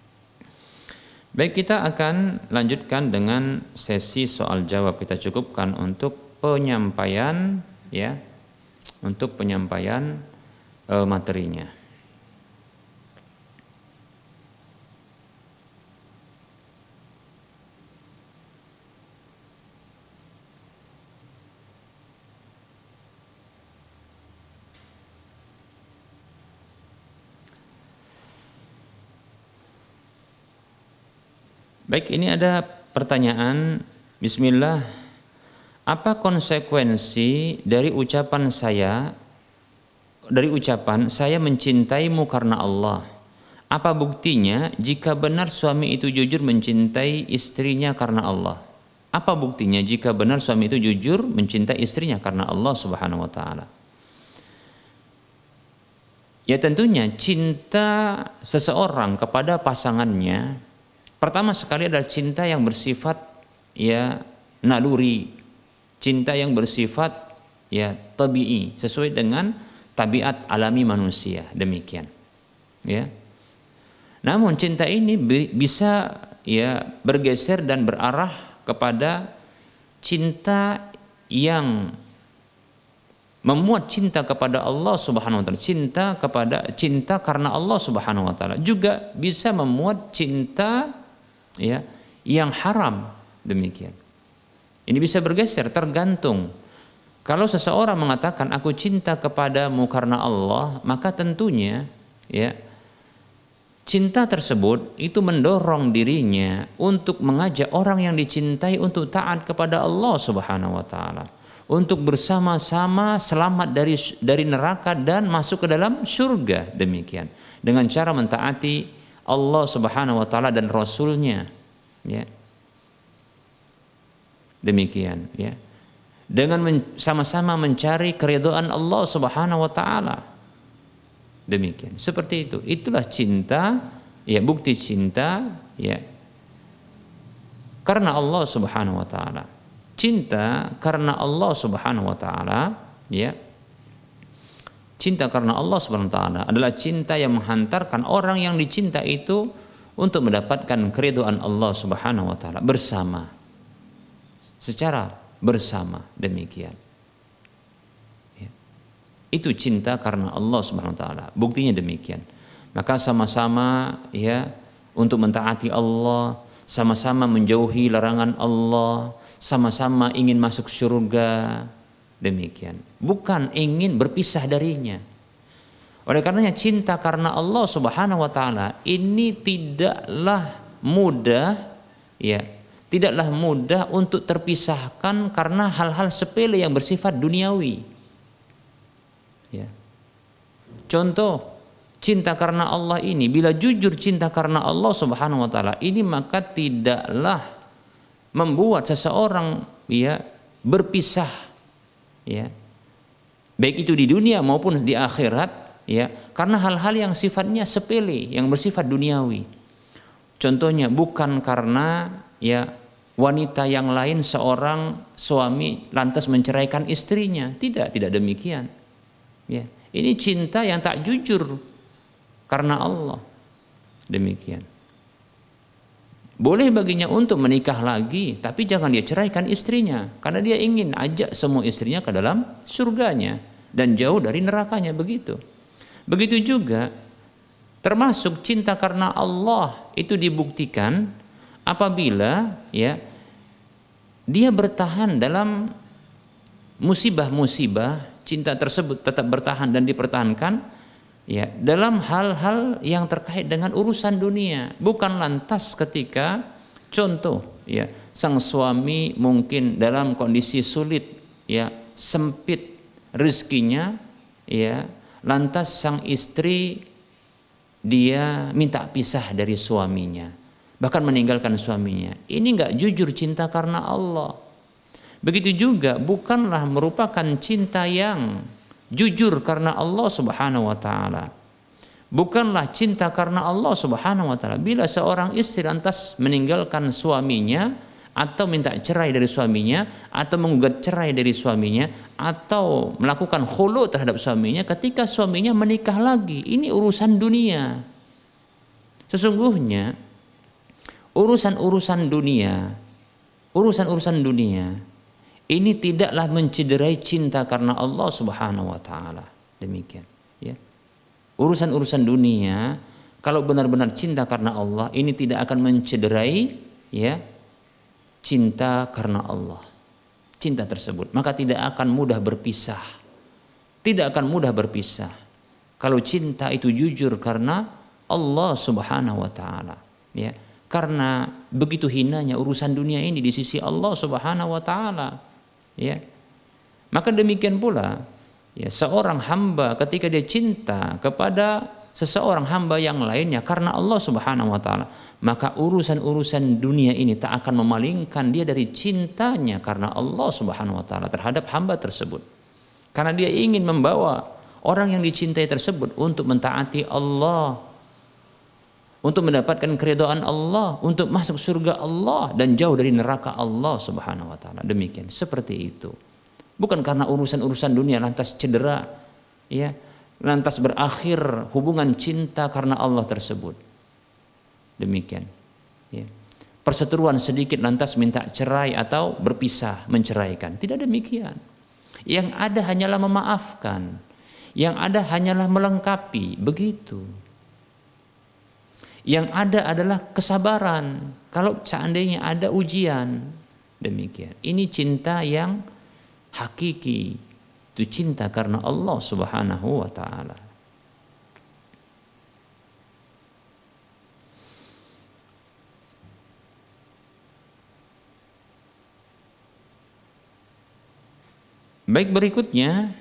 Baik, kita akan lanjutkan dengan sesi soal jawab. Kita cukupkan untuk penyampaian ya. Untuk penyampaian e, materinya. Baik, ini ada pertanyaan. Bismillah. Apa konsekuensi dari ucapan saya dari ucapan saya mencintaimu karena Allah? Apa buktinya jika benar suami itu jujur mencintai istrinya karena Allah? Apa buktinya jika benar suami itu jujur mencintai istrinya karena Allah Subhanahu wa taala? Ya tentunya cinta seseorang kepada pasangannya pertama sekali adalah cinta yang bersifat ya naluri, cinta yang bersifat ya tabii, sesuai dengan tabiat alami manusia, demikian. Ya. Namun cinta ini bisa ya bergeser dan berarah kepada cinta yang memuat cinta kepada Allah Subhanahu wa taala, cinta kepada cinta karena Allah Subhanahu wa taala, juga bisa memuat cinta ya yang haram, demikian. Ini bisa bergeser, tergantung. Kalau seseorang mengatakan aku cinta kepadamu karena Allah, maka tentunya ya cinta tersebut itu mendorong dirinya untuk mengajak orang yang dicintai untuk taat kepada Allah Subhanahu wa taala, untuk bersama-sama selamat dari dari neraka dan masuk ke dalam surga, demikian, dengan cara mentaati Allah Subhanahu wa taala dan Rasulnya, ya. Demikian, ya. Dengan men, sama-sama mencari keridhaan Allah Subhanahu wa taala. Demikian. Seperti itu. Itulah cinta, ya, bukti cinta, ya. Karena Allah Subhanahu wa taala. Cinta karena Allah Subhanahu wa taala, ya. Cinta karena Allah Subhanahu wa taala adalah cinta yang menghantarkan orang yang dicinta itu untuk mendapatkan keridhaan Allah Subhanahu wa taala bersama. Secara bersama, demikian. Ya. Itu cinta karena Allah Subhanahu wa taala. Buktinya demikian. Maka sama-sama ya untuk mentaati Allah, sama-sama menjauhi larangan Allah, sama-sama ingin masuk surga, demikian. Bukan ingin berpisah darinya. Oleh karenanya cinta karena Allah Subhanahu wa taala ini tidaklah mudah, ya. Tidaklah mudah untuk terpisahkan karena hal-hal sepele yang bersifat duniawi. Ya. Contoh, cinta karena Allah ini, bila jujur cinta karena Allah Subhanahu wa taala ini, maka tidaklah membuat seseorang ya berpisah, ya. Baik itu di dunia maupun di akhirat, ya, karena hal-hal yang sifatnya sepele, yang bersifat duniawi. Contohnya bukan karena ya wanita yang lain seorang suami lantas menceraikan istrinya, tidak, tidak demikian. Ya, ini cinta yang tak jujur karena Allah, demikian. Boleh baginya untuk menikah lagi, tapi jangan dia ceraikan istrinya, karena dia ingin ajak semua istrinya ke dalam surganya dan jauh dari nerakanya, begitu. Begitu juga termasuk cinta karena Allah itu dibuktikan apabila ya dia bertahan dalam musibah-musibah, cinta tersebut tetap bertahan dan dipertahankan ya dalam hal-hal yang terkait dengan urusan dunia, bukan lantas ketika contoh ya sang suami mungkin dalam kondisi sulit, ya sempit rezekinya, ya lantas sang istri dia minta pisah dari suaminya, bahkan meninggalkan suaminya. Ini enggak jujur cinta karena Allah. Begitu juga bukanlah merupakan cinta yang jujur karena Allah Subhanahu wa taala. Bukanlah cinta karena Allah Subhanahu wa taala bila seorang istri lantas meninggalkan suaminya atau minta cerai dari suaminya atau menggugat cerai dari suaminya atau melakukan khulu terhadap suaminya ketika suaminya menikah lagi. Ini urusan dunia. Sesungguhnya urusan-urusan dunia, urusan-urusan dunia ini tidaklah mencederai cinta karena Allah Subhanahu wa taala. Demikian, ya. Urusan-urusan dunia kalau benar-benar cinta karena Allah ini tidak akan mencederai ya cinta karena Allah. Cinta tersebut maka tidak akan mudah berpisah. Tidak akan mudah berpisah kalau cinta itu jujur karena Allah Subhanahu wa taala, ya. karena begitu hinanya urusan dunia ini di sisi Allah Subhanahu wa taala. Ya. Maka demikian pula ya, seorang hamba ketika dia cinta kepada seseorang hamba yang lainnya karena Allah Subhanahu wa taala, maka urusan-urusan dunia ini tak akan memalingkan dia dari cintanya karena Allah Subhanahu wa taala terhadap hamba tersebut. Karena dia ingin membawa orang yang dicintai tersebut untuk mentaati Allah, untuk mendapatkan keridhaan Allah, untuk masuk surga Allah dan jauh dari neraka Allah Subhanahu wa taala. Demikian, seperti itu. Bukan karena urusan-urusan dunia lantas cedera, ya, lantas berakhir hubungan cinta karena Allah tersebut. Demikian, ya. Perseteruan sedikit lantas minta cerai atau berpisah, menceraikan. Tidak demikian. Yang ada hanyalah memaafkan, yang ada hanyalah melengkapi, begitu. Yang ada adalah kesabaran kalau seandainya ada ujian. Demikian. Ini cinta yang hakiki. Itu cinta karena Allah Subhanahu wa taala. Baik, berikutnya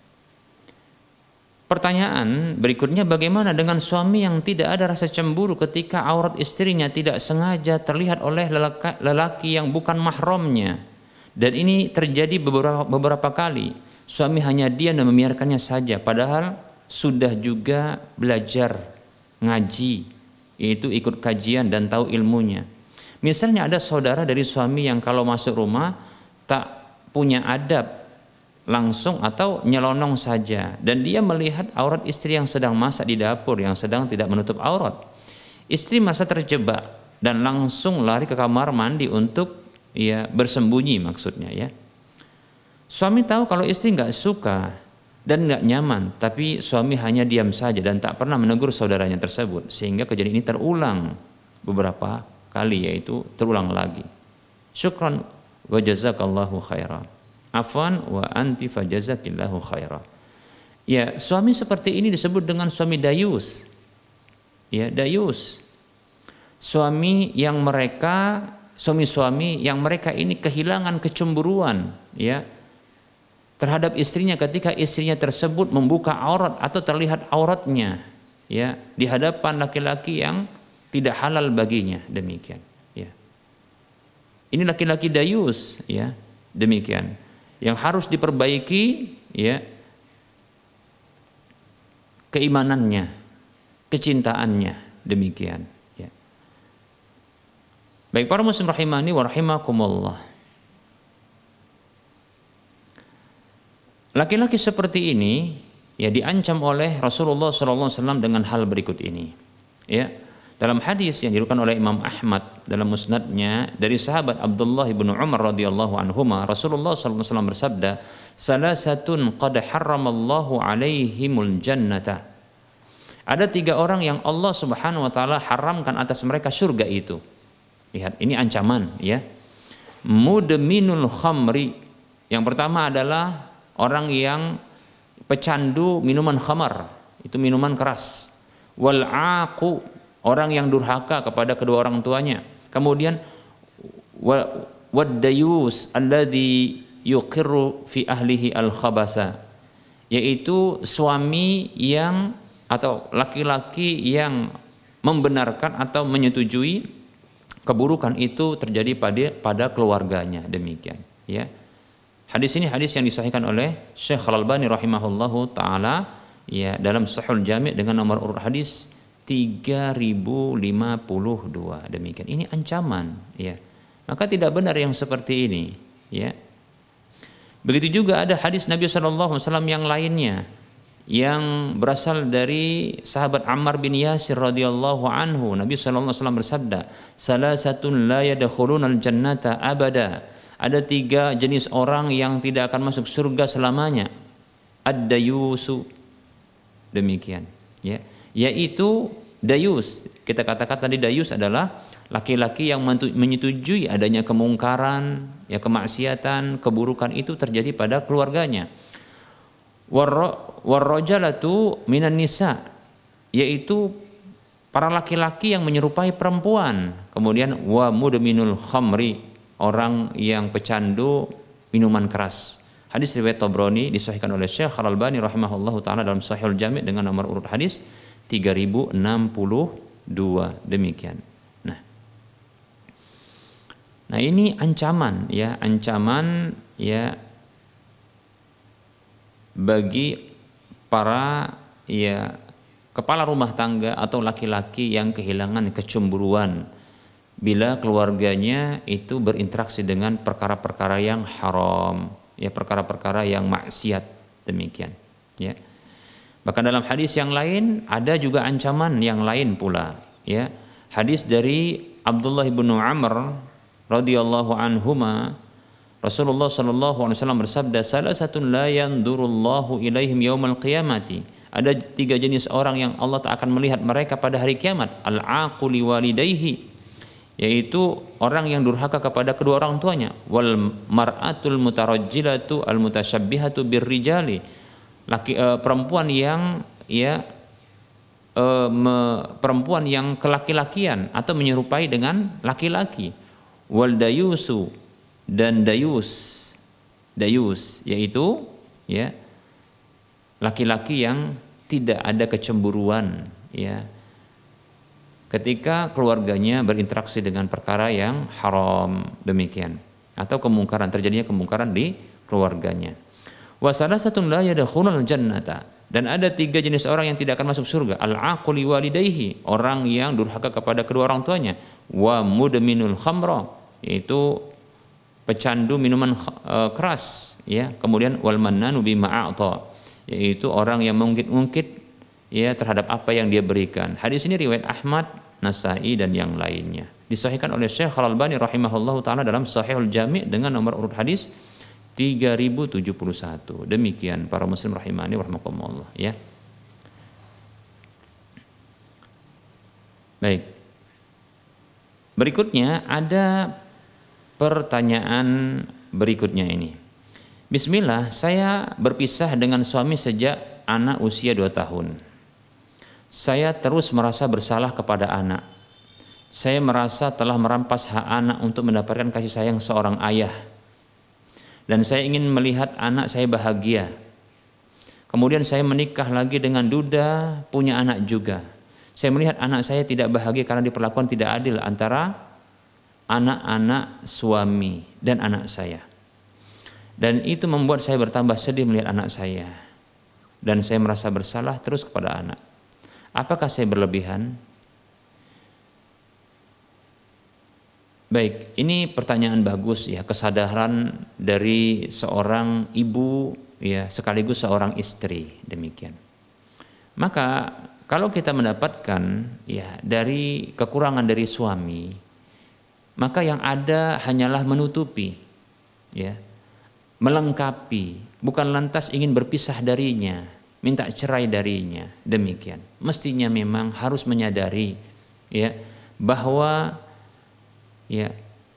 pertanyaan berikutnya, bagaimana dengan suami yang tidak ada rasa cemburu ketika aurat istrinya tidak sengaja terlihat oleh lelaki, lelaki yang bukan mahramnya, dan ini terjadi beberapa, beberapa kali. Suami hanya diam dan membiarkannya saja, padahal sudah juga belajar ngaji, yaitu ikut kajian dan tahu ilmunya. Misalnya ada saudara dari suami yang kalau masuk rumah tak punya adab, langsung atau nyelonong saja, dan dia melihat aurat istri yang sedang masak di dapur, yang sedang tidak menutup aurat. Istri merasa terjebak dan langsung lari ke kamar mandi untuk ya bersembunyi, maksudnya ya. Suami tahu kalau istri nggak suka dan nggak nyaman, tapi suami hanya diam saja dan tak pernah menegur saudaranya tersebut, sehingga kejadian ini terulang beberapa kali, yaitu terulang lagi. Syukran wa jazakallahu khairan. Afwan wa anti fajazakillahu khaira. Ya, suami seperti ini disebut dengan suami dayus. Ya, dayus. Suami yang mereka suami-suami yang mereka ini kehilangan kecemburuan, ya, terhadap istrinya ketika istrinya tersebut membuka aurat atau terlihat auratnya, ya, di hadapan laki-laki yang tidak halal baginya. Demikian, ya. Ini laki-laki dayus, ya. Demikian. Yang harus diperbaiki, ya, keimanannya, kecintaannya, demikian, ya. Baik para muslim rahimani wa rahimakumullah. Laki-laki seperti ini ya diancam oleh Rasulullah shallallahu alaihi wasallam dengan hal berikut ini, ya. Dalam hadis yang diriwayatkan oleh Imam Ahmad dalam musnadnya dari sahabat Abdullah bin Umar radhiyallahu anhuma, Rasulullah shallallahu alaihi wasallam bersabda, "Salasatun qad harramallahu alaihimul jannata." Ada tiga orang yang Allah Subhanahu wa taala haramkan atas mereka surga itu. Lihat, ini ancaman, ya. Mudminul khamri. Yang pertama adalah orang yang pecandu minuman khamar, itu minuman keras. Wal aqu, orang yang durhaka kepada kedua orang tuanya. Kemudian waddayus alladhi yuqirru fi ahlihi al-khabasa, yaitu suami yang atau laki-laki yang membenarkan atau menyetujui keburukan itu terjadi pada pada keluarganya. Demikian, ya. Hadis ini hadis yang disahihkan oleh Syekh Al-Albani rahimahullahu taala, ya, dalam Sahihul Jami' dengan nomor urut hadis tiga ribu lima puluh dua. Demikian. Ini ancaman, ya. Maka tidak benar yang seperti ini, ya. Begitu juga ada hadis Nabi shallallahu alaihi wasallam yang lainnya yang berasal dari sahabat Ammar bin Yasir radhiyallahu anhu. Nabi shallallahu alaihi wasallam bersabda, "Salasatun la yadkhulunal jannata abada." Ada tiga jenis orang yang tidak akan masuk surga selamanya. Ad-dayusu. Demikian, ya. Yaitu dayus, kita katakan tadi dayus adalah laki-laki yang menyetujui adanya kemungkaran, ya, kemaksiatan, keburukan itu terjadi pada keluarganya. Warrajalatu minan nisa, yaitu para laki-laki yang menyerupai perempuan. Kemudian wa mudminul khamri, orang yang pecandu minuman keras. Hadis riwayat Tabrani disahihkan oleh Syekh Al-Albani rahimahullahu taala dalam Sahihul Jami' dengan nomor urut hadis tiga ribu enam puluh dua. Demikian. Nah. Nah, ini ancaman ya, ancaman ya bagi para ya kepala rumah tangga atau laki-laki yang kehilangan kecemburuan bila keluarganya itu berinteraksi dengan perkara-perkara yang haram, ya perkara-perkara yang maksiat, demikian ya. Bahkan dalam hadis yang lain ada juga ancaman yang lain pula ya. Hadis dari Abdullah bin Amr radhiyallahu anhuma, Rasulullah sallallahu alaihi wasallam bersabda, salasatun la yandurullahu ilaihim yaumal qiyamati. Ada tiga jenis orang yang Allah tak akan melihat mereka pada hari kiamat. Al-aquli walidayhi, yaitu orang yang durhaka kepada kedua orang tuanya. Wal mar'atul mutarajjilatu al-mutasyabbihatu birrijali, laki eh, perempuan yang ya eh, me, perempuan yang kelaki-lakian atau menyerupai dengan laki-laki. Wal dayusu, dan dayus. Dayus yaitu ya laki-laki yang tidak ada kecemburuan ya ketika keluarganya berinteraksi dengan perkara yang haram, demikian, atau kemungkaran, terjadinya kemungkaran di keluarganya. Wa salasatun la yadkhulul jannata, dan ada tiga jenis orang yang tidak akan masuk surga. Al-aquli walidayhi, orang yang durhaka kepada kedua orang tuanya. Wa mudminul khamra, yaitu pecandu minuman uh, keras ya. Kemudian wal mannanu bima a'ta, yaitu orang yang mengungkit-ungkit ya terhadap apa yang dia berikan. Hadis ini riwayat Ahmad, Nasai dan yang lainnya. Disahihkan oleh Syekh Al-Albani rahimahullahu taala dalam Sahihul Jami' dengan nomor urut hadis tiga ribu tujuh puluh satu. Demikian para muslim rahimani wa rahimakumullah ya. Baik. Berikutnya ada pertanyaan berikutnya ini. Bismillah, saya berpisah dengan suami sejak anak usia dua tahun. Saya terus merasa bersalah kepada anak. Saya merasa telah merampas hak anak untuk mendapatkan kasih sayang seorang ayah. Dan saya ingin melihat anak saya bahagia. Kemudian saya menikah lagi dengan duda, punya anak juga. Saya melihat anak saya tidak bahagia karena diperlakukan tidak adil antara anak-anak suami dan anak saya. Dan itu membuat saya bertambah sedih melihat anak saya. Dan saya merasa bersalah terus kepada anak. Apakah saya berlebihan? Baik, ini pertanyaan bagus ya, kesadaran dari seorang ibu ya, sekaligus seorang istri, demikian. Maka kalau kita mendapatkan ya dari kekurangan dari suami, maka yang ada hanyalah menutupi ya, melengkapi, bukan lantas ingin berpisah darinya, minta cerai darinya, demikian. Mestinya memang harus menyadari ya bahwa ya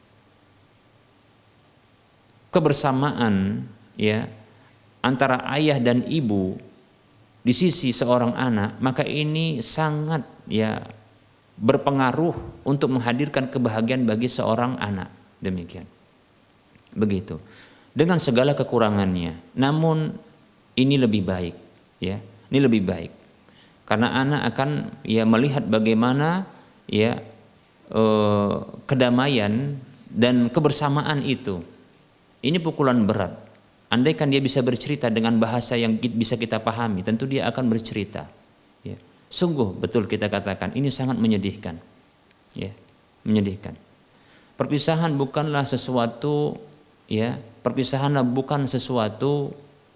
kebersamaan ya antara ayah dan ibu di sisi seorang anak, maka ini sangat ya berpengaruh untuk menghadirkan kebahagiaan bagi seorang anak, demikian. Begitu. Dengan segala kekurangannya, namun ini lebih baik ya, ini lebih baik karena anak akan ya melihat bagaimana ya eh, kedamaian dan kebersamaan itu. Ini pukulan berat. Andaikan dia bisa bercerita dengan bahasa yang bisa kita pahami, tentu dia akan bercerita ya. Sungguh betul kita katakan ini sangat menyedihkan ya, menyedihkan. Perpisahan bukanlah sesuatu ya, perpisahan bukan sesuatu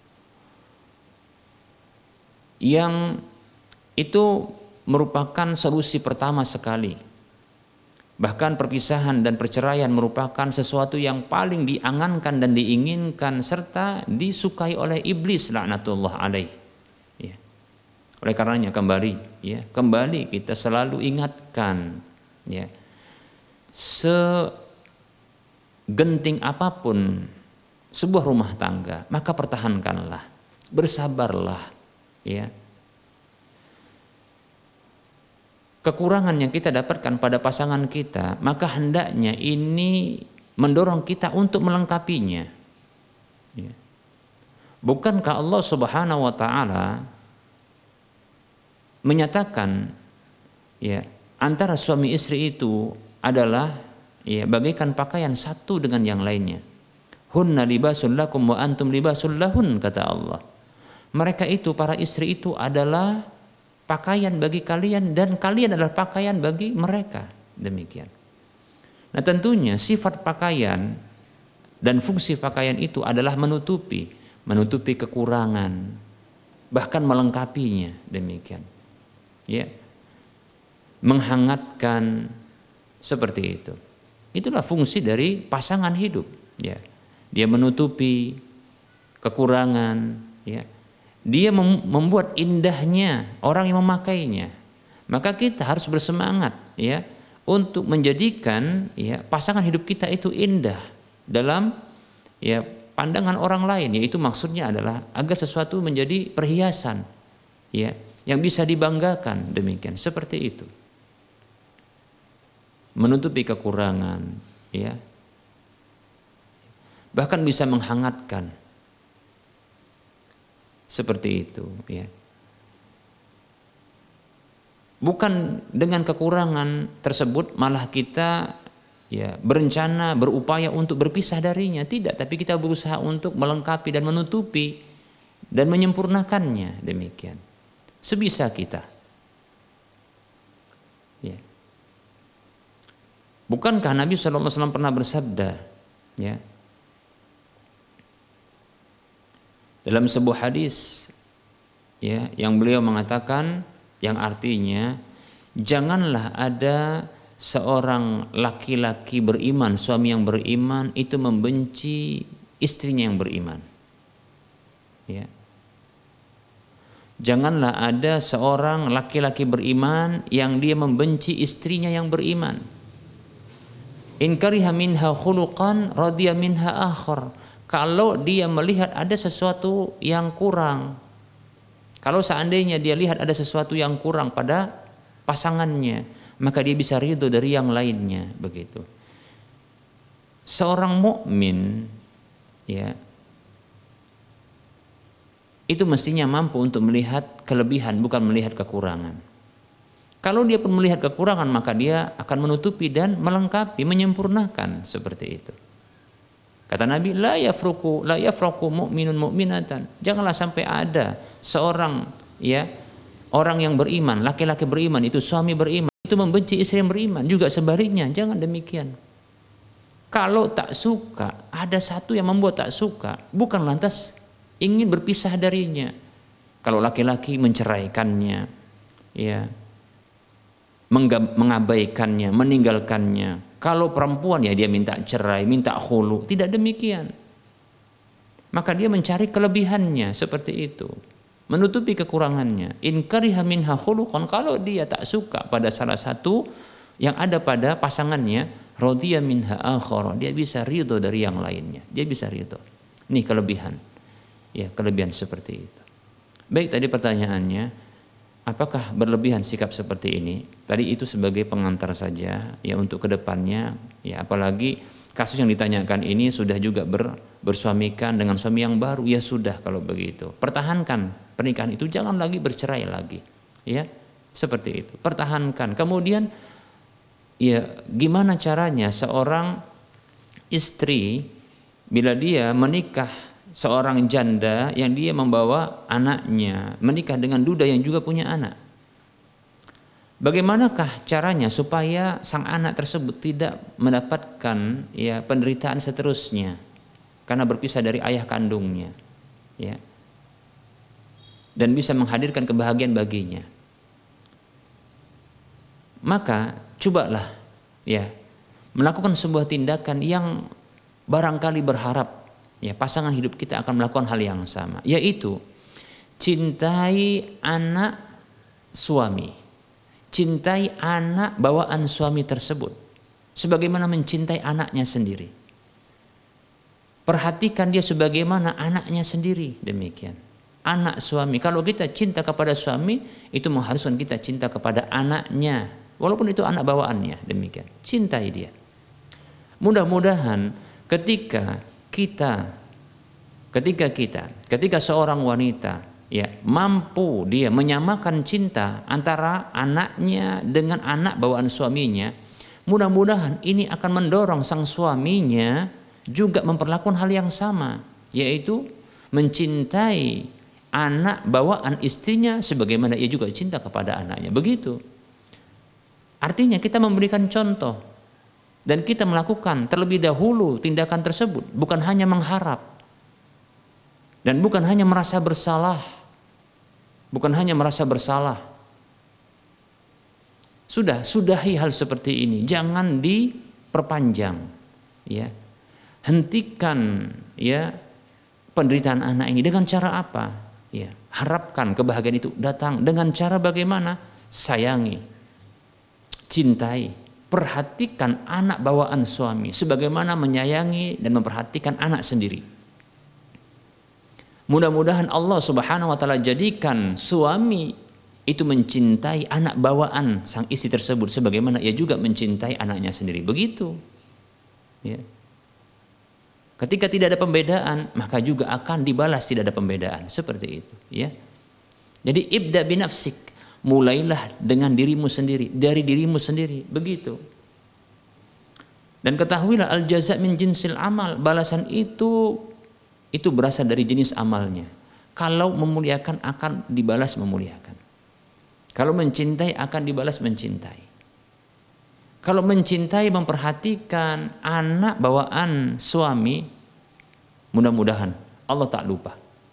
yang itu merupakan solusi pertama sekali. Bahkan perpisahan dan perceraian merupakan sesuatu yang paling diangankan dan diinginkan serta disukai oleh iblis laknatullah alaih. Ya. Oleh karenanya kembali, ya, kembali kita selalu ingatkan, ya, segenting apapun sebuah rumah tangga, maka pertahankanlah, bersabarlah, ya. kekurangan yang kita dapatkan pada pasangan kita, maka hendaknya ini mendorong kita untuk melengkapinya. Ya. Bukankah Allah Subhanahu wa taala menyatakan ya antara suami istri itu adalah ya bagaikan pakaian satu dengan yang lainnya. Hunna libasul lakum wa antum libasul lahun, kata Allah. Mereka itu, para istri itu adalah pakaian bagi kalian dan kalian adalah pakaian bagi mereka. Demikian. Nah, tentunya sifat pakaian dan fungsi pakaian itu adalah menutupi, menutupi kekurangan, bahkan melengkapinya. Demikian. Ya. Menghangatkan, seperti itu. Itulah fungsi dari pasangan hidup. Ya. Dia menutupi kekurangan, ya. Dia membuat indahnya orang yang memakainya. Maka kita harus bersemangat ya untuk menjadikan ya pasangan hidup kita itu indah dalam ya pandangan orang lain, yaitu maksudnya adalah agar sesuatu menjadi perhiasan ya yang bisa dibanggakan, demikian, seperti itu. Menutupi kekurangan ya. Bahkan bisa menghangatkan. Seperti itu ya. Bukan dengan kekurangan tersebut malah kita ya berencana, berupaya untuk berpisah darinya, tidak, tapi kita berusaha untuk melengkapi dan menutupi dan menyempurnakannya, demikian. Sebisa kita. Ya. Bukankah Nabi shallallahu alaihi wasallam pernah bersabda ya, dalam sebuah hadis ya yang beliau mengatakan, yang artinya janganlah ada seorang laki-laki beriman, suami yang beriman itu membenci istrinya yang beriman. Ya. Janganlah ada seorang laki-laki beriman yang dia membenci istrinya yang beriman. In kariha minha khuluqan radiya minha akhar. Kalau dia melihat ada sesuatu yang kurang, kalau seandainya dia lihat ada sesuatu yang kurang pada pasangannya, maka dia bisa ridho dari yang lainnya, begitu. Seorang mukmin, ya, itu mestinya mampu untuk melihat kelebihan, bukan melihat kekurangan. Kalau dia pun melihat kekurangan, maka dia akan menutupi dan melengkapi, menyempurnakan, seperti itu. Kata Nabi, la yafruku la yafraku mu'minun mu'minatan. Janganlah sampai ada seorang ya orang yang beriman, laki-laki beriman, itu suami beriman, itu membenci istri yang beriman, juga sebaliknya, jangan demikian. Kalau tak suka, ada satu yang membuat tak suka, bukan lantas ingin berpisah darinya. Kalau laki-laki menceraikannya, ya, mengabaikannya, meninggalkannya. Kalau perempuan ya dia minta cerai, minta khulu, tidak demikian. Maka dia mencari kelebihannya seperti itu, menutupi kekurangannya. In kariha minha khuluqan, kalau dia tak suka pada salah satu yang ada pada pasangannya, radiya minha akhara, dia bisa ridho dari yang lainnya. Dia bisa ridho. Ini kelebihan. Ya, kelebihan seperti itu. Baik, tadi pertanyaannya, apakah berlebihan sikap seperti ini? Tadi itu sebagai pengantar saja ya untuk kedepannya ya, apalagi kasus yang ditanyakan ini sudah juga ber, bersuamikan dengan suami yang baru, ya sudah kalau begitu. Pertahankan pernikahan itu, jangan lagi bercerai lagi. Ya, seperti itu. Pertahankan. Kemudian ya gimana caranya seorang istri bila dia menikah seorang janda yang dia membawa anaknya, menikah dengan duda yang juga punya anak. Bagaimanakah caranya supaya sang anak tersebut tidak mendapatkan ya penderitaan seterusnya karena berpisah dari ayah kandungnya, ya, dan bisa menghadirkan kebahagiaan baginya? Maka cobalah ya melakukan sebuah tindakan yang barangkali berharap ya pasangan hidup kita akan melakukan hal yang sama, yaitu cintai anak suami. Cintai anak bawaan suami tersebut sebagaimana mencintai anaknya sendiri. Perhatikan dia sebagaimana anaknya sendiri, demikian. Anak suami, kalau kita cinta kepada suami, itu mengharuskan kita cinta kepada anaknya. walaupun itu anak bawaannya, demikian. Cintai dia. Mudah-mudahan ketika kita ketika kita ketika seorang wanita ya mampu dia menyamakan cinta antara anaknya dengan anak bawaan suaminya, mudah-mudahan ini akan mendorong sang suaminya juga memperlakukan hal yang sama, yaitu mencintai anak bawaan istrinya sebagaimana ia juga cinta kepada anaknya. Begitu. Artinya kita memberikan contoh dan kita melakukan terlebih dahulu tindakan tersebut, bukan hanya mengharap dan bukan hanya merasa bersalah. Bukan hanya merasa bersalah. Sudah, sudahi hal seperti ini, jangan diperpanjang. Ya. Hentikan ya penderitaan anak ini dengan cara apa? Ya, harapkan kebahagiaan itu datang dengan cara bagaimana? Sayangi, cintai, perhatikan anak bawaan suami sebagaimana menyayangi dan memperhatikan anak sendiri. Mudah-mudahan Allah Subhanahu wa taala jadikan suami itu mencintai anak bawaan sang istri tersebut sebagaimana ia juga mencintai anaknya sendiri. Begitu. Ya. Ketika tidak ada pembedaan, maka juga akan dibalas tidak ada pembedaan. Seperti itu. Ya. Jadi ibda binafsik, mulailah dengan dirimu sendiri, dari dirimu sendiri. Begitu. Dan ketahuilah al jaza min jinsil amal, balasan itu itu berasal dari jenis amalnya. Kalau memuliakan akan dibalas memuliakan. Kalau mencintai akan dibalas mencintai. Kalau mencintai memperhatikan anak bawaan suami, mudah-mudahan Allah tak lupa.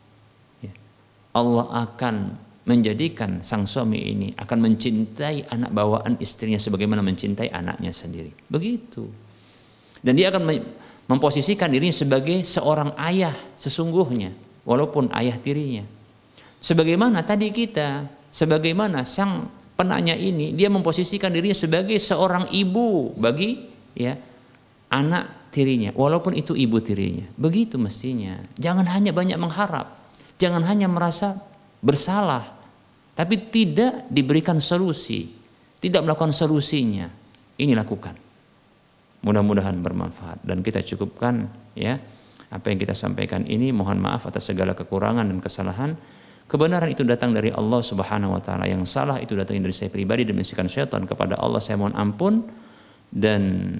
Allah akan menjadikan sang suami ini akan mencintai anak bawaan istrinya sebagaimana mencintai anaknya sendiri. Begitu. Dan dia akan memposisikan dirinya sebagai seorang ayah sesungguhnya, walaupun ayah tirinya. Sebagaimana tadi kita, sebagaimana sang penanya ini, dia memposisikan dirinya sebagai seorang ibu bagi ya anak tirinya, walaupun itu ibu tirinya. Begitu mestinya. Jangan hanya banyak mengharap, jangan hanya merasa bersalah, tapi tidak diberikan solusi, tidak melakukan solusinya. Ini lakukan. Mudah-mudahan bermanfaat dan kita cukupkan ya apa yang kita sampaikan ini. Mohon maaf atas segala kekurangan dan kesalahan. Kebenaran itu datang dari Allah Subhanahu wa taala. Yang salah itu datang dari saya pribadi dan bisikan syaitan. Kepada Allah saya mohon ampun, dan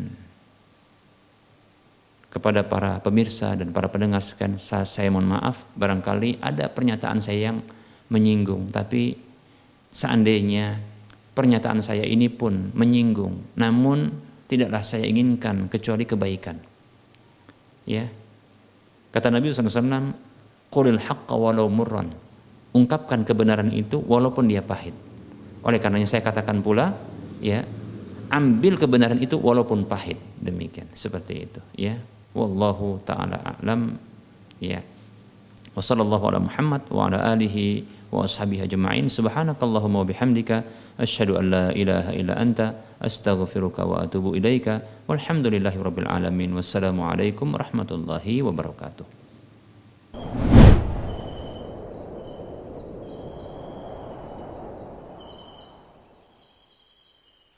kepada para pemirsa dan para pendengar sekalian saya mohon maaf barangkali ada pernyataan saya yang menyinggung, tapi seandainya pernyataan saya ini pun menyinggung, namun tidaklah saya inginkan kecuali kebaikan. Ya. Kata Nabi sallallahu alaihi wasallam, "Qulil haqqa walau murran." Ungkapkan kebenaran itu walaupun dia pahit. Oleh karenanya saya katakan pula, ya, ambil kebenaran itu walaupun pahit. Demikian, seperti itu, ya. Wallahu taala a'lam. Ya. Wa sallallahu ala Muhammad wa ala alihi wa ashabihi ajma'in. Subhanakallahumma wa bihamdika asyhadu an la ilaha illa anta astaghfiruka wa atubu ilaika. Walhamdulillahi rabbil alamin. Wassalamu alaikum warahmatullahi wabarakatuh.